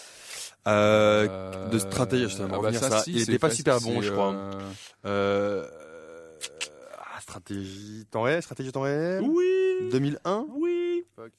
Euh, euh, de stratégie, je vais ah bah ça, ça. Si, il était pas super bon, je crois. Euh... Euh, ah, stratégie temps réel, stratégie temps réel. Oui. deux mille un. Oui. Fuck.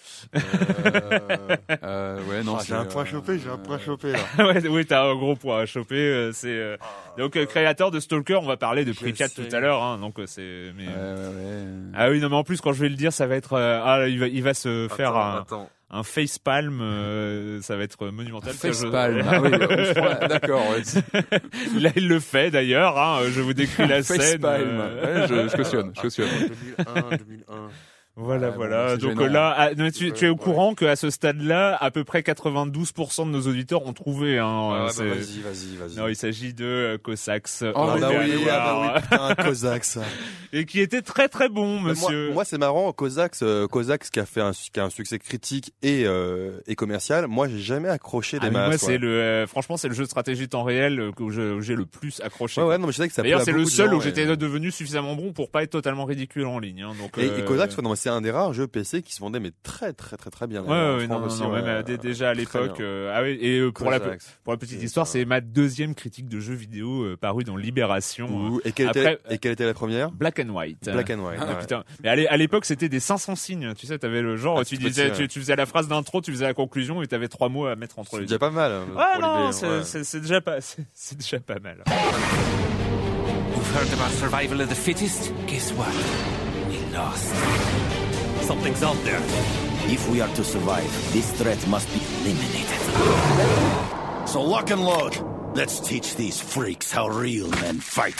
Euh... euh, ouais, non, ah, j'ai un point à choper, j'ai un point à choper là. ouais, oui, t'as un gros point à choper. Euh, c'est euh... ah, donc euh, créateur de Stalker. On va parler de Precat tout à l'heure, hein, donc euh, c'est. Mais, euh... ouais, ouais, ouais. Ah oui, non, mais en plus quand je vais le dire, ça va être. Euh... Ah, il va, il va se attends, faire un. Attends. Un facepalm, euh, ça va être monumental. Facepalm, je... ah oui, on prend... d'accord. Ouais. Là, il le fait d'ailleurs. Hein, je vous décris la scène. Facepalm, euh... ouais, je, je cautionne, je cautionne. deux mille un, deux mille un. Voilà, ouais, voilà. bon, donc gênant. là, ah, non, tu, tu es au courant qu'à ce stade-là, à peu près quatre-vingt-douze pour cent de nos auditeurs ont trouvé. Hein, ah, c'est... bah, vas-y, vas-y, vas-y. Non, il s'agit de euh, Cossacks. Oh, ah bah oui, ah bah oui, putain, Cossacks. Et qui était très très bon, monsieur. Moi, moi c'est marrant, Cossacks, euh, Cossacks qui a fait un, qui a un succès critique et euh, et commercial. Moi, j'ai jamais accroché des ah, masses. Moi, quoi. c'est le, euh, franchement, c'est le jeu de stratégie temps réel euh, où, je, où j'ai le plus accroché. Ouais, ouais, non, mais je sais que ça. D'ailleurs, c'est le seul gens, où j'étais et... devenu suffisamment bon pour pas être totalement ridicule en ligne. Hein, donc, et, euh... et Cossacks, non, c'est un des rares jeux P C qui se vendait mais très très très très bien. Ouais, ouais, non, non, aussi, non, ouais, même euh, déjà à l'époque. Euh, ah oui, et euh, pour Cossacks. la pour la petite histoire, c'est ma deuxième critique de jeu vidéo euh, parue dans Libération. Ouh, et quelle Après, était et quelle était la première? Black and White. Black and White. Ah, ouais. putain. Mais à l'époque, c'était des cinq cents signes. Tu sais, t'avais le genre, ah, tu petit, disais, ouais. tu, tu faisais la phrase d'intro, tu faisais la conclusion, et t'avais trois mots à mettre entre c'est les déjà deux. pas mal. Ah pour non, les c'est, ouais. c'est, c'est déjà pas, c'est, c'est déjà pas mal. You've heard about survival of the fittest? Guess what? We lost. Something's out there. If we are to survive, this threat must be eliminated. So lock and load. Let's teach these freaks how real men fight.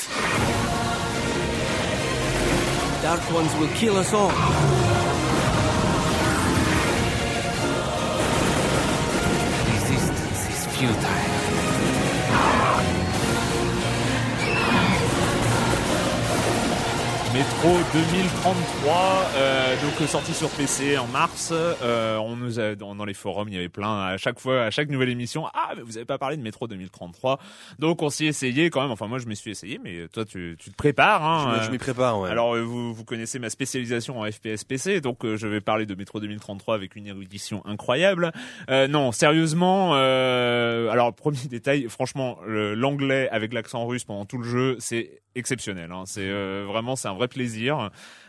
Dark ones will kill us all. Resistance is futile. Metro deux mille trente-trois, euh, donc sorti sur P C en mars. Euh, on nous a, dans, dans les forums, il y avait plein à chaque fois, à chaque nouvelle émission. Ah, mais vous avez pas parlé de Metro deux mille trente-trois. Donc on s'y essayait quand même. Enfin moi je m'y suis essayé, mais toi tu, tu te prépares. Hein, je, je m'y prépare. Ouais. Alors euh, vous, vous connaissez ma spécialisation en F P S P C, donc euh, je vais parler de Metro deux mille trente-trois avec une érudition incroyable. Euh, non, sérieusement. Euh, alors premier détail, franchement, le, l'anglais avec l'accent russe pendant tout le jeu, c'est exceptionnel. Hein. C'est euh, vraiment c'est un vrai plaisir.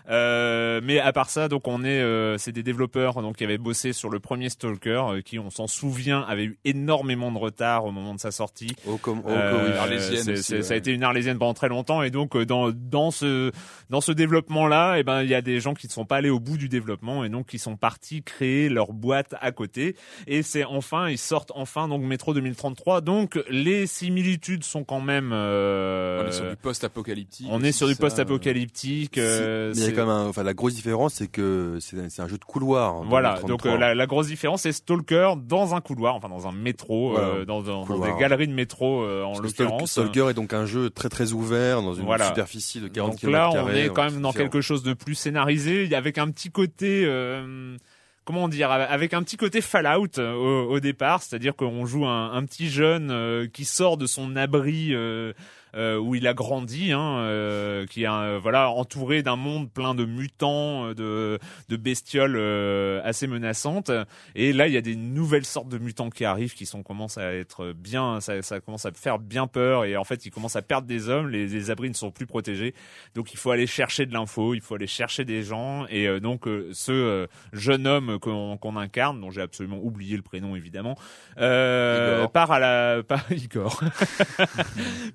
Euh, mais à part ça, donc on est, euh, c'est des développeurs donc qui avaient bossé sur le premier Stalker, euh, qui on s'en souvient avait eu énormément de retard au moment de sa sortie. Oh comme oh, euh, oui, arlésienne c'est, aussi, c'est, ouais. Ça a été une arlésienne pendant très longtemps et donc euh, dans dans ce dans ce développement là, et ben il y a des gens qui ne sont pas allés au bout du développement et donc qui sont partis créer leur boîte à côté. Et c'est enfin ils sortent enfin donc Metro deux mille trente-trois. Donc les similitudes sont quand même. Euh, on est sur du post-apocalyptique. On est sur du ça, post-apocalyptique. Euh, il y a quand même un, enfin la grosse différence c'est que c'est, c'est un jeu de couloir. Voilà, donc euh, la, la grosse différence c'est Stalker dans un couloir, enfin dans un métro, voilà. euh, dans, dans, dans des galeries de métro euh, en Parce l'occurrence. Stalker est donc un jeu très très ouvert dans une voilà. superficie de quarante kilomètres carrés. Donc là on est quand même dans différent. quelque chose de plus scénarisé, avec un petit côté... Euh, comment dire, avec un petit côté Fallout euh, au, au départ, c'est-à-dire qu'on joue un, un petit jeune euh, qui sort de son abri euh, euh, où il a grandi, hein, euh, qui est euh, voilà entouré d'un monde plein de mutants, de, de bestioles euh, assez menaçantes. Et là, il y a des nouvelles sortes de mutants qui arrivent, qui sont commencent à être bien, ça, ça commence à faire bien peur. Et en fait, ils commencent à perdre des hommes. Les, les abris ne sont plus protégés, donc il faut aller chercher de l'info, il faut aller chercher des gens. Et euh, donc, euh, ce euh, jeune homme qu'on, qu'on incarne, dont j'ai absolument oublié le prénom évidemment, euh, part à la, part Igor, part à la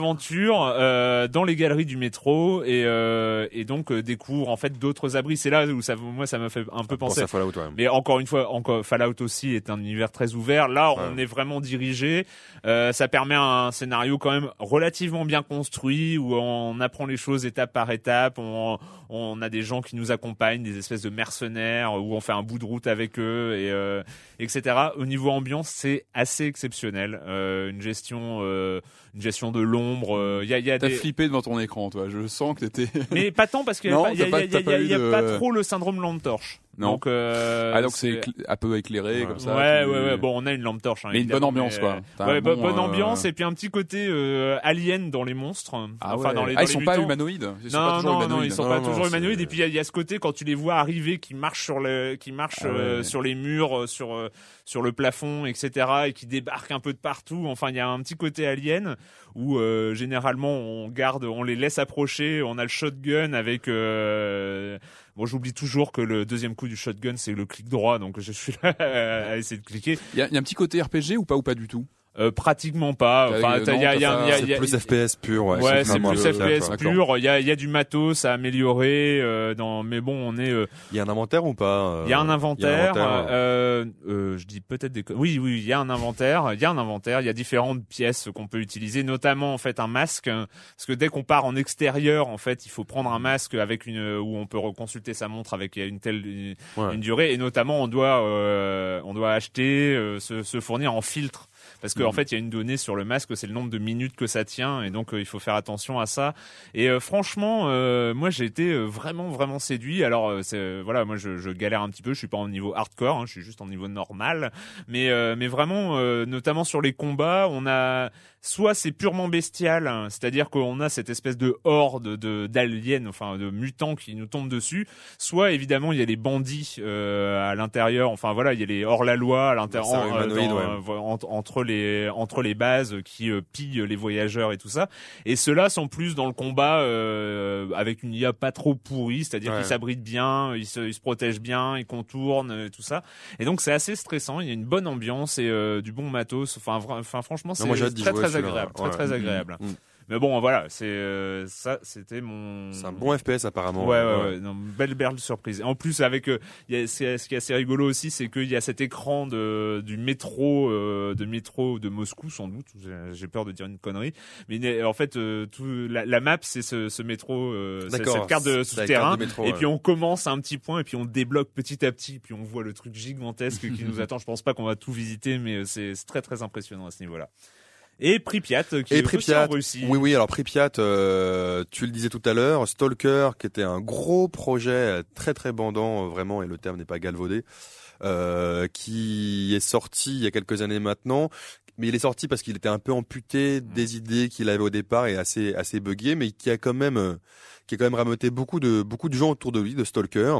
aventure euh, dans les galeries du métro et, euh, et donc euh, découvre en fait d'autres abris. C'est là où ça, moi, ça m'a fait un peu penser. À Fallout, ouais. Mais encore une fois, encore Fallout aussi est un univers très ouvert. Là, on ouais. est vraiment dirigé. Euh, ça permet un scénario quand même relativement bien construit où on apprend les choses étape par étape. On, on a des gens qui nous accompagnent, des espèces de mercenaires où on fait un bout de route avec eux et euh, et cetera. Au niveau ambiance, c'est assez exceptionnel. Euh, une gestion, euh, une gestion de l'ombre. Il euh, y a, y a T'as des... flippé devant ton écran, toi. Je sens que t'étais. Mais pas tant parce qu'il y a, Non, pas, y a, t'as pas- y a, t'as y a, pas y a, eu y a de- pas trop le syndrome lampe torche. Non. Donc, euh, Ah donc c'est c'est écl- un peu éclairé ouais. comme ça. Ouais, tu- ouais, ouais. Bon, on a une lampe torche. Hein, Mais une bonne évidemment, ambiance, mais, quoi. euh, T'as Ouais, un bo- bon, bonne euh, ambiance et puis un petit côté euh, alien dans les monstres. Ah enfin, ouais. dans les, Ah, dans ils les sont pas mutants. humanoïdes. Ils sont Non, pas toujours non, non, humanoïdes. ils sont Non, pas non, toujours c'est- humanoïdes. Et puis il y, a- il y a ce côté quand tu les vois arriver, qui marchent sur le, qui marchent Ah ouais. euh, sur les murs, euh, sur euh, sur le plafond, et cetera, et qui débarquent un peu de partout. Enfin, il y a un petit côté alien où euh, généralement on garde, on les laisse approcher. On a le shotgun avec. Euh, Bon, j'oublie toujours que le deuxième coup du shotgun, c'est le clic droit, donc je suis là à essayer de cliquer. Il y, a- il y a un petit côté R P G ou pas ou pas du tout. Euh, pratiquement pas. Enfin, Euh, t'as- il y a, il y a, non, il y a, C'est il y a- plus F P S pur, ouais. Ouais, c'est vraiment plus le- F P S d'accord. pur. Il y a, il y a du matos à améliorer. Euh, dans, mais bon, on est. euh, Il y a un inventaire ou pas? Il y a un inventaire. Il y a un inventaire, euh, euh, je dis peut-être des. co- Oui, oui, il y a un inventaire. Il y a un inventaire. Il y a différentes pièces qu'on peut utiliser, notamment en fait un masque, hein, parce que dès qu'on part en extérieur, en fait, il faut prendre un masque avec une où on peut reconsulter sa montre avec une telle une, Ouais. une durée, et notamment on doit euh, on doit acheter euh, se, se fournir en filtre. Parce qu'en en fait, il y a une donnée sur le masque, c'est le nombre de minutes que ça tient, et donc euh, il faut faire attention à ça. Et euh, franchement, euh, moi j'ai été euh, vraiment vraiment séduit. Alors euh, c'est euh, voilà, moi je, je galère un petit peu, je suis pas en niveau hardcore, hein, je suis juste en niveau normal, mais euh, mais vraiment, euh, notamment sur les combats, on a soit c'est purement bestial, hein, c'est-à-dire qu'on a cette espèce de horde de d'aliens, enfin de mutants qui nous tombent dessus. Soit évidemment il y a les bandits euh, à l'intérieur, enfin voilà, il y a les hors-la-loi à l'intérieur, C'est un euh, humanoïde, dans, ouais. euh, entre, entre les entre les bases qui euh, pillent les voyageurs et tout ça. Et ceux-là sont plus dans le combat euh, avec une I A pas trop pourrie, c'est-à-dire Ouais. qu'ils s'abritent bien, ils se, ils se protègent bien, ils contournent, euh, tout ça. Et donc c'est assez stressant. Il y a une bonne ambiance et euh, du bon matos. Enfin, vra- enfin franchement, c'est moi, j'ai hâte d'y très jouer, très celui-là. agréable, très Ouais. très agréable. Mm. Mais bon, voilà, c'est euh, ça, c'était mon. C'est un bon F P S apparemment. Ouais, ouais, ouais. Non, belle, belle surprise. En plus, avec, euh, y a, c'est, ce qui est assez rigolo aussi, c'est qu'il y a cet écran de, du métro, euh, de métro de Moscou, sans doute. J'ai, j'ai peur de dire une connerie. Mais il- en fait, euh, tout, la, la map, c'est ce, ce métro, euh, c'est D'accord, cette carte de c'est la souterrain. carte de métro, Et ouais. puis on commence à un petit point, et puis on débloque petit à petit, puis on voit le truc gigantesque qui nous attend. Je pense pas qu'on va tout visiter, mais c'est, c'est très, très impressionnant à ce niveau-là. Et Pripyat, qui Et est Pripyat, aussi en Russie. oui, oui. Alors Pripyat, euh, tu le disais tout à l'heure, Stalker, qui était un gros projet euh, très très bandant, euh, vraiment, et le terme n'est pas galvaudé, euh, qui est sorti il y a quelques années maintenant. Mais il est sorti parce qu'il était un peu amputé des idées qu'il avait au départ et assez assez buggé, mais qui a quand même euh, qui a quand même rameuté beaucoup de beaucoup de gens autour de lui, de Stalker.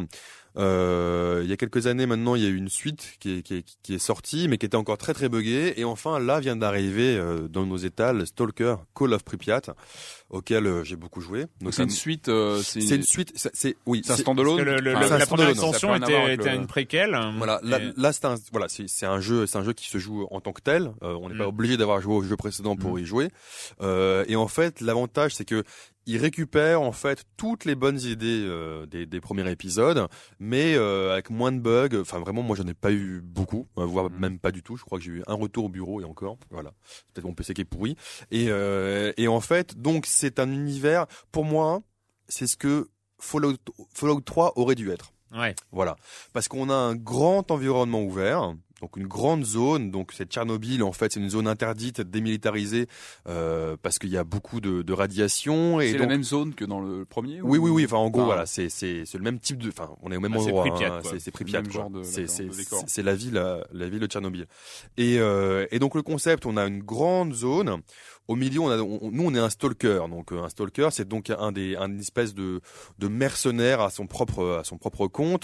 Euh, il y a quelques années maintenant, il y a eu une suite qui est, qui est, qui est sortie, mais qui était encore très très buggée. Et enfin, là vient d'arriver euh, dans nos étals Stalker Call of Pripyat, auquel euh, j'ai beaucoup joué. Donc c'est une suite. Euh, c'est... C'est une suite. C'est, c'est oui. C'est un c'est- standalone. Parce que le, le, Enfin, le- c'est un la première standalone, extension ça a rien à voir était, avec était le- une préquelle. Voilà, là, Et- là c'est un, voilà, c'est, c'est un jeu, c'est un jeu qui se joue en tant que tel. Euh, on n'est Mm. pas obligé d'avoir joué au jeu précédent pour Mm. y jouer. Euh, et en fait, l'avantage, c'est que il récupère en fait toutes les bonnes idées euh, des, des premiers épisodes, mais euh, avec moins de bugs. Enfin, vraiment, moi, j'en ai pas eu beaucoup, euh, voire Mm. même pas du tout. Je crois que j'ai eu un retour au bureau et encore. Voilà, c'est peut-être mon P C qui est pourri. Et, euh, et en fait, donc, c'est un univers. Pour moi, c'est ce que Fallout, Fallout trois aurait dû être. Ouais. Voilà, parce qu'on a un grand environnement ouvert, donc une grande zone. Donc c'est Tchernobyl, en fait, c'est une zone interdite, démilitarisée, euh, parce qu'il y a beaucoup de, de radiation. Et C'est donc, la même zone que dans le premier. oui, ou... oui, oui. Enfin, en gros, Ah. voilà, c'est c'est c'est le même type de. Enfin, on est au même Bah, c'est endroit. Pripyat, hein, quoi. c'est c'est Pripyat, Même quoi. genre de- C'est d'accord, c'est de décor. c'est- c'est la ville, la, la ville de Tchernobyl. Et euh, et donc le concept, on a une grande zone. Au milieu, on a, on- nous, on est un stalker. Donc, euh, un stalker, c'est donc un des, un espèce de, de mercenaire à son propre, à son propre compte,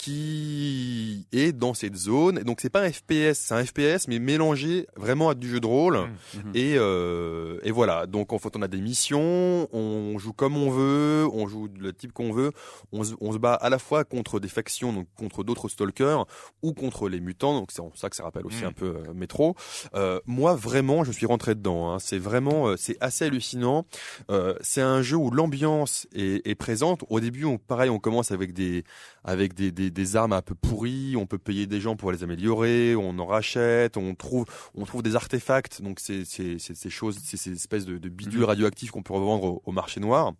qui est dans cette zone. Et donc, c'est pas un F P S, c'est un F P S, mais mélangé vraiment à du jeu de rôle. Mmh. Mhm. Et, euh, et voilà. Donc, en fait, on a des missions, on joue comme on veut, on joue le type qu'on veut. On se, on se bat à la fois contre des factions, donc contre d'autres stalkers, ou contre les mutants. Donc, c'est en ça que ça rappelle aussi Mm. un peu euh, Métro. Euh, moi, vraiment, je suis rentré dedans. Hein. C'est vraiment vraiment, euh, c'est assez hallucinant. Euh, c'est un jeu où l'ambiance est, est présente. Au début, on, pareil, on commence avec des avec des, des des armes un peu pourries. On peut payer des gens pour les améliorer. On en rachète. On trouve on trouve des artefacts. Donc c'est c'est c'est ces choses, c'est ces espèces de, de bidules radioactifs qu'on peut revendre au, au marché noir.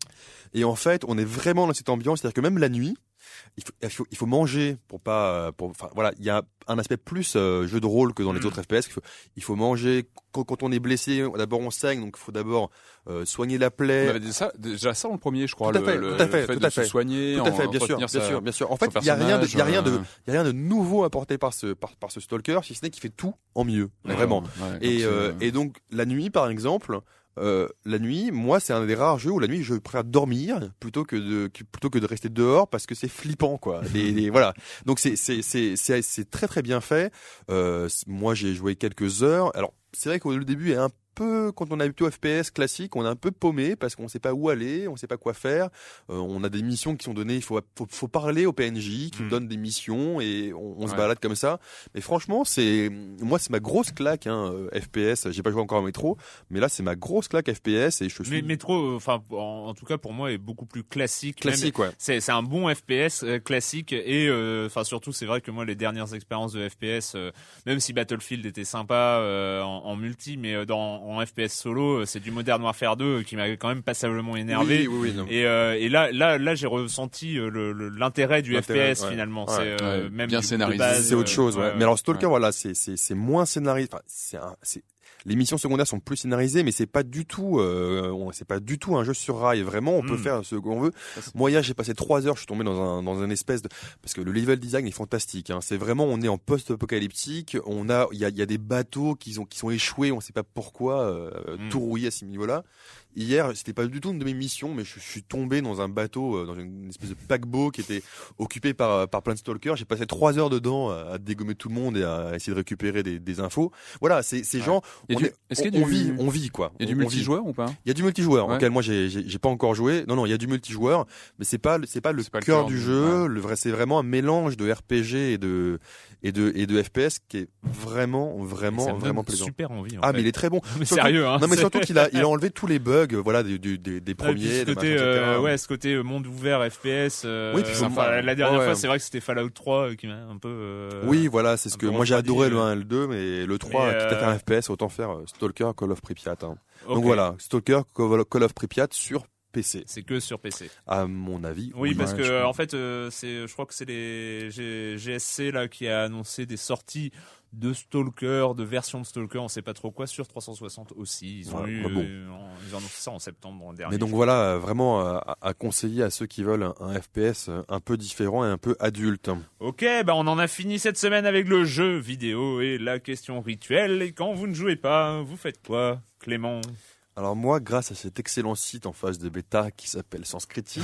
Et en fait, on est vraiment dans cette ambiance, c'est-à-dire que même la nuit, il faut, il faut, il faut manger pour pas, pour, enfin voilà, il y a un aspect plus euh, jeu de rôle que dans les mmh. autres F P S. Il faut, il faut manger quand, quand on est blessé. D'abord on saigne, donc il faut d'abord euh, soigner la plaie. On avait déjà ça, déjà ça dans le premier, je crois. Tout à fait, le, tout à fait, le fait tout de à fait. se soigner, tout à fait, en, bien sûr, bien sa, sûr, bien sûr. En fait, il y a rien, de, il y a rien de, il y a rien de nouveau apporté par ce, par, par ce stalker, si ce n'est qu'il fait tout en mieux, ouais, vraiment. Ouais, et, euh, et donc la nuit, par exemple. Euh, la nuit, moi, c'est un des rares jeux où la nuit, je préfère dormir plutôt que de plutôt que de rester dehors parce que c'est flippant, quoi. Les, les, voilà. Donc c'est c'est c'est c'est c'est très très bien fait. Euh, moi, j'ai joué quelques heures. Alors, c'est vrai qu'au début, il y a un peu, quand on a habitué au F P S classique, on est un peu paumé parce qu'on sait pas où aller, on sait pas quoi faire. Euh, on a des missions qui sont données, il faut, faut, faut parler au P N J qui mmh. nous donne des missions et on, on ouais. se balade comme ça. Mais franchement, c'est, moi, c'est ma grosse claque, hein, F P S. J'ai pas joué encore à Metro, mais là, c'est ma grosse claque F P S et je suis. Mais Metro, enfin, en, en tout cas, pour moi, est beaucoup plus classique. Classique, même, ouais. C'est, c'est un bon F P S euh, classique et, enfin, euh, surtout, c'est vrai que moi, les dernières expériences de F P S, euh, même si Battlefield était sympa euh, en, en multi, mais dans en F P S solo, c'est du Modern Warfare deux qui m'a quand même passablement énervé. Oui, oui, oui, et, euh, et là, là, là, j'ai ressenti le, le, l'intérêt du l'intérêt, F P S ouais. finalement. Ouais. C'est euh, ouais, même bien scénarisé. Base, c'est autre chose. Ouais. Ouais, mais alors Stalker, ouais. voilà, c'est c'est c'est moins scénarisé. Enfin, c'est un, c'est les missions secondaires sont plus scénarisées, mais c'est pas du tout, euh, on, c'est pas du tout un jeu sur rail. Vraiment, on mmh. peut faire ce qu'on veut. Moi, hier, j'ai passé trois heures, je suis tombé dans un, dans un espèce de, parce que le level design est fantastique, hein. C'est vraiment, on est en post-apocalyptique. On a, il y a, il y a des bateaux qui ont, qui sont échoués, on sait pas pourquoi, euh, mmh. tout rouillé à ce niveau-là. Hier, c'était pas du tout une de mes missions, mais je, je suis tombé dans un bateau, euh, dans une espèce de paquebot qui était occupé par, par plein de stalkers. J'ai passé trois heures dedans à, à dégommer tout le monde et à essayer de récupérer des, des infos. Voilà, c'est ces ouais. gens, on, du, est, est-ce on, on vit, on vit quoi. Il y a du on, multijoueur on ou pas? Il y a du multijoueur, ouais. auquel moi j'ai, j'ai, j'ai pas encore joué. Non, non, il y a du multijoueur, mais c'est pas, c'est pas le c'est pas cœur du, du jeu. Ouais. Le vrai, c'est vraiment un mélange de R P G et de et de et de F P S qui est vraiment, vraiment, ça me vraiment donne plaisant. Super envie. En ah, fait. mais il est très bon. Mais surtout, sérieux, hein. Non, mais surtout qu'il a, il a enlevé tous les bugs, voilà, du, du Des, des premiers, ce des côté, machins, euh, ouais, ce côté monde ouvert F P S. Euh, oui, puis enfin, la dernière ouais, fois, ouais. c'est vrai que c'était Fallout trois qui m'a un peu. Euh, oui, voilà, c'est ce que moi j'ai adoré le un et le deux, mais le trois, mais quitte à euh... faire un F P S, autant faire Stalker, Call of Pripyat. Hein. Okay. Donc voilà, Stalker, Call of Pripyat sur P C. C'est que sur P C. À mon avis. Oui, oui parce ouais, que je en fait, euh, c'est, je crois que c'est les G- GSC là qui a annoncé des sorties de Stalker, de version de Stalker, on sait pas trop quoi, sur trois cent soixante aussi. Ils ont ouais, eu, bah bon. euh, ils ont annoncé ça en septembre dans le dernier. Mais donc voilà, vraiment à, à conseiller à ceux qui veulent un, un F P S un peu différent et un peu adulte. Ok, bah on en a fini cette semaine avec le jeu vidéo et la question rituelle. Et quand vous ne jouez pas, vous faites quoi, Clément? Alors moi, grâce à cet excellent site en phase de bêta qui s'appelle Sens Critique.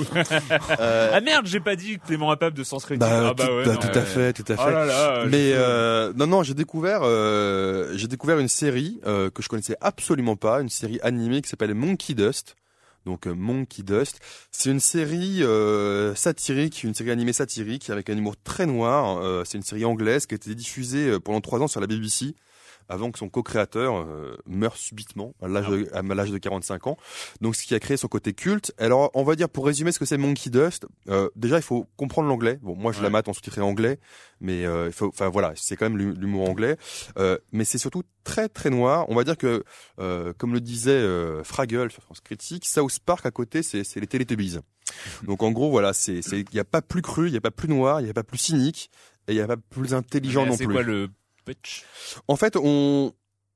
euh... Ah merde, j'ai pas dit Clément Apap de Sens Critique. Bah, ah bah tout, ouais, bah, non, tout ouais. à fait, tout à fait. Oh là là, mais euh, non, non, j'ai découvert, euh, j'ai découvert une série euh, que je connaissais absolument pas, une série animée qui s'appelle Monkey Dust. Donc euh, Monkey Dust, c'est une série euh, satirique, une série animée satirique avec un humour très noir. Euh, c'est une série anglaise qui a été diffusée pendant trois ans sur la B B C. Avant que son co-créateur euh, meure subitement à l'âge, de, à l'âge de quarante-cinq ans. Donc, ce qui a créé son côté culte. Alors, on va dire, pour résumer ce que c'est Monkey Dust, euh, déjà, il faut comprendre l'anglais. Bon, moi, je ouais. la mate en sous-titré anglais, mais euh, il faut, enfin voilà, c'est quand même l'humour anglais. Euh, mais c'est surtout très, très noir. On va dire que, euh, comme le disait euh, Fraggle sur France Critique, South Park à côté, c'est, c'est les Teletubbies. Donc, en gros, voilà, c'est, c'est, il y a pas plus cru, il y a pas plus noir, il y a pas plus cynique, et il y a pas plus intelligent mais non c'est plus. C'est quoi le pitch? En fait, on,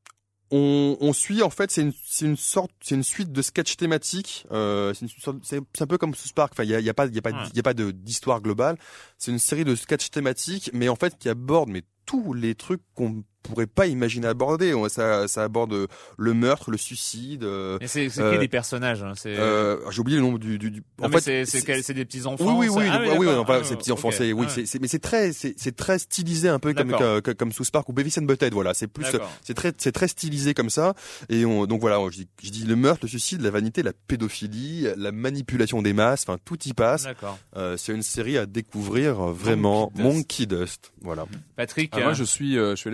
on, on suit, en fait, c'est une, c'est une sorte, c'est une suite de sketchs thématiques, euh, c'est une sorte, c'est, c'est un peu comme South Park. Enfin, il y a, il y a pas, il y a pas, il y a pas de, d'histoire globale. C'est une série de sketchs thématiques, mais en fait, qui aborde, mais tous les trucs qu'on pourrait pas imaginer aborder. Ça, ça aborde le meurtre, le suicide. Euh, et c'est, c'est euh, qui les personnages, hein, c'est... euh, J'ai oublié le nom du. du, du... Non, en mais fait, c'est, c'est, c'est, c'est des petits enfants. Oui, oui, oui, ah, oui, oui, oui, oui enfin, ah, c'est petits enfants. okay. C'est, oui, ah, c'est, c'est, mais c'est très, c'est, c'est très stylisé, un peu comme, comme, comme South Park ou Beavis and Butthead. Voilà, c'est plus, D'accord. c'est très, c'est très stylisé comme ça. Et on, donc voilà, je dis, je dis le meurtre, le suicide, la vanité, la pédophilie, la manipulation des masses. Enfin, tout y passe. D'accord. Euh, c'est une série à découvrir vraiment. Monkey Dust. Monkey Dust. Voilà. Patrick, ah, euh... moi, je suis, euh, je suis allé voir un film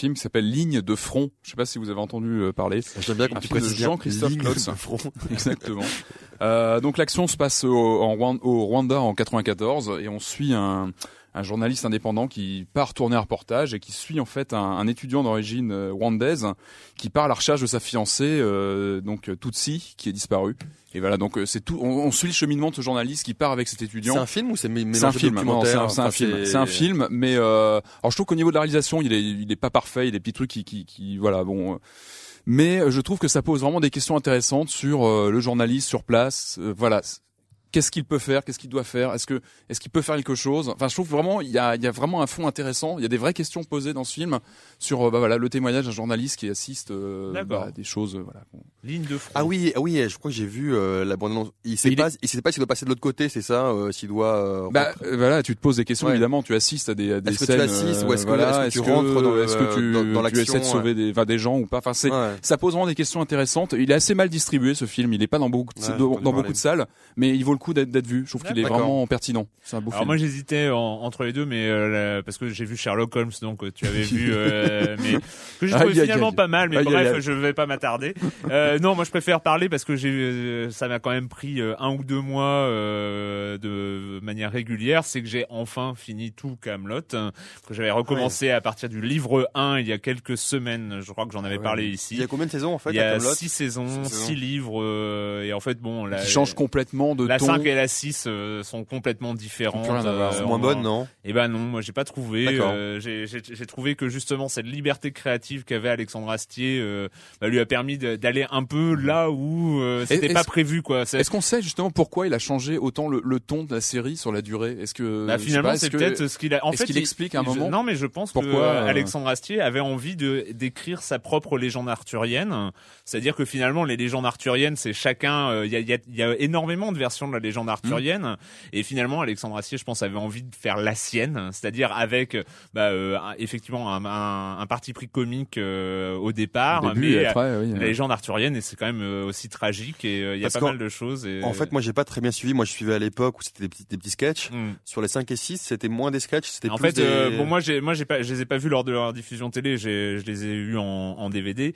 film qui s'appelle Ligne de front. Je sais pas si vous avez entendu euh, parler. J'aime bien quand un tu film de précises bien Jean-Christophe Ligne Klotz. de front. Exactement. Euh, donc l'action se passe au, en, Rwanda- au Rwanda en quatre-vingt-quatorze et on suit un, un journaliste indépendant qui part tourner un reportage et qui suit en fait un, un étudiant d'origine euh, rwandaise qui part à la recherche de sa fiancée, euh, donc Tutsi, qui est disparue. Et voilà, donc euh, c'est tout. On, on suit le cheminement de ce journaliste qui part avec cet étudiant. C'est un film ou c'est mé- C'est un mélangé film. Non, documentaire c'est un, c'est un Enfin, film. c'est- C'est un film, mais euh, alors je trouve qu'au niveau de la réalisation, il est, il est pas parfait. Il y a des petits trucs qui, qui, qui voilà, bon. Euh, mais euh, je trouve que ça pose vraiment des questions intéressantes sur euh, le journaliste sur place. Euh, voilà. Qu'est-ce qu'il peut faire? Qu'est-ce qu'il doit faire? Est-ce que, est-ce qu'il peut faire quelque chose? Enfin, je trouve vraiment, il y a, il y a vraiment un fond intéressant. Il y a des vraies questions posées dans ce film sur, euh, bah voilà, le témoignage d'un journaliste qui assiste, euh, bah, à des choses, euh, voilà. Ligne de front. Ah oui, ah oui, je crois que j'ai vu euh, la bande annonce. Il sait Mais il pas, il sait pas s'il doit passer de l'autre côté, c'est ça, euh, s'il doit. Euh, Bah euh, voilà, tu te poses des questions Ouais. évidemment, tu assistes à des, à des Est-ce que tu scènes. assistes ou est-ce que- voilà, est-ce que tu rentres dans le- est-ce que tu, dans- dans tu essaies de l'action, sauver des, enfin, des gens ou pas. Enfin, c'est, Ouais. ça pose vraiment des questions intéressantes. Il est assez mal distribué ce film. Il est pas dans beaucoup, de, Ouais, dans, j'ai dans entendu beaucoup parler. de salles, mais il vaut le coup d'être, d'être vu. Je trouve qu'il est D'accord. vraiment pertinent. C'est un beau Alors film. moi j'hésitais en- entre les deux, mais euh, la- parce que j'ai vu Sherlock Holmes, donc euh, tu avais vu, euh, mais que j'ai trouvé Aïe, aïe, finalement aïe. pas mal. Mais Aïe, bref, aïe, aïe. je vais pas m'attarder. Euh, non, moi je préfère parler parce que j'ai, euh, ça m'a quand même pris euh, un ou deux mois euh, de manière régulière. C'est que j'ai enfin fini tout Kaamelott, hein, que j'avais recommencé à partir du livre un il y a quelques semaines. Je crois que j'en avais Ouais. parlé ici. Il y a combien de saisons en fait Il y à a Kaamelott six saisons, Six saisons. six livres, euh, et en fait bon, la, Qui change complètement de la ton. cinq et la six euh, sont complètement différentes. Plus rien à voir. C'est euh, moins en- bonne, non? Eh ben non, moi j'ai pas trouvé. D'accord. Euh, j'ai, j'ai, j'ai trouvé que justement cette liberté créative qu'avait Alexandre Astier euh, bah, lui a permis de, d'aller un peu là où euh, c'était Est-ce- pas prévu quoi. C'est, Est-ce qu'on sait justement pourquoi il a changé autant le, le ton de la série sur la durée? Est-ce que bah, je sais finalement pas, est-ce c'est que- peut-être ce qu'il a. En est-ce fait, qu'il il- explique à un je- moment Non mais je pense pourquoi, que euh, Alexandre Astier avait envie de d'écrire sa propre légende arthurienne. C'est-à-dire que finalement les légendes arthuriennes c'est chacun. Il euh, y, a, y, a, y a énormément de versions de la légende arthurienne mmh. et finalement Alexandre Astier je pense avait envie de faire la sienne, c'est-à-dire avec bah, euh, un, effectivement un, un, un parti pris comique euh, au départ, Au début, mais et après, oui, la ouais. légende arthurienne et c'est quand même euh, aussi tragique et il euh, y a Parce pas qu'en- mal de choses. Et... En fait, moi, j'ai pas très bien suivi. Moi, je suivais à l'époque où c'était des petits, des petits sketchs. Mm. Sur les cinq et six, c'était moins des sketchs, c'était En plus fait, des... euh, bon, moi, j'ai, moi, j'ai pas, je les ai pas vus lors de leur diffusion télé. J'ai, je les ai eus en, en D V D.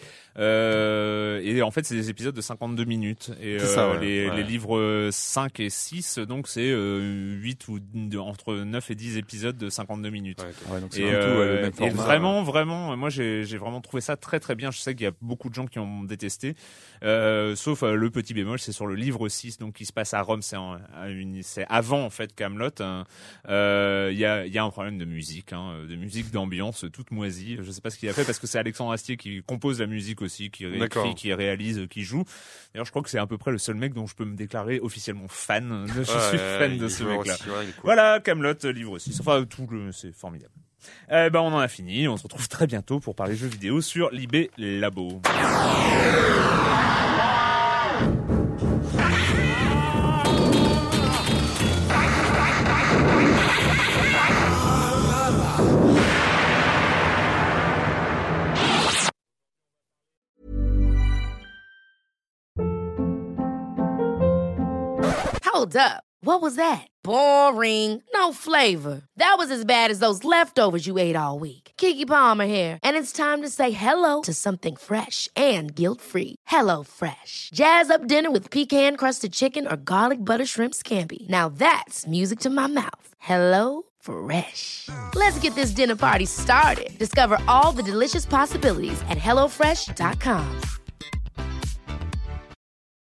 Euh, et en fait, c'est des épisodes de cinquante-deux minutes. Et C'est ça, euh, ouais. les, Ouais. les livres cinq et six, donc c'est euh, huit ou de- entre neuf et dix épisodes de cinquante-deux minutes. Ouais, Ouais, donc c'est Et, un tout, ouais, euh, le même et format. vraiment, vraiment, moi j'ai, j'ai vraiment trouvé ça très très bien. Je sais qu'il y a beaucoup de gens qui ont détesté, euh, sauf euh, le petit bémol, c'est sur le livre six, donc qui se passe à Rome, c'est, en, à une, c'est avant en fait Kaamelott. Hein. Euh, Il y a, il y a un problème de musique, hein, de musique d'ambiance toute moisie. Je sais pas ce qu'il a fait parce que c'est Alexandre Astier qui compose la musique aussi, qui D'accord. écrit, qui réalise, qui joue. D'ailleurs, je crois que c'est à peu près le seul mec dont je peux me déclarer officiellement fan. Je suis Ouais, fan il de est ce joueur mec-là. aussi, ouais, il est cool. Voilà, Kaamelott, livre six. Enfin, tout le, c'est formidable. Eh ben, on en a fini. On se retrouve très bientôt pour parler jeux vidéo sur Libé Labo. Hold up. What was that? Boring. No flavor. That was as bad as those leftovers you ate all week. Keke Palmer here, and it's time to say hello to something fresh and guilt-free. Hello Fresh. Jazz up dinner with pecan-crusted chicken or garlic butter shrimp scampi. Now that's music to my mouth. Hello Fresh. Let's get this dinner party started. Discover all the delicious possibilities at hello fresh dot com.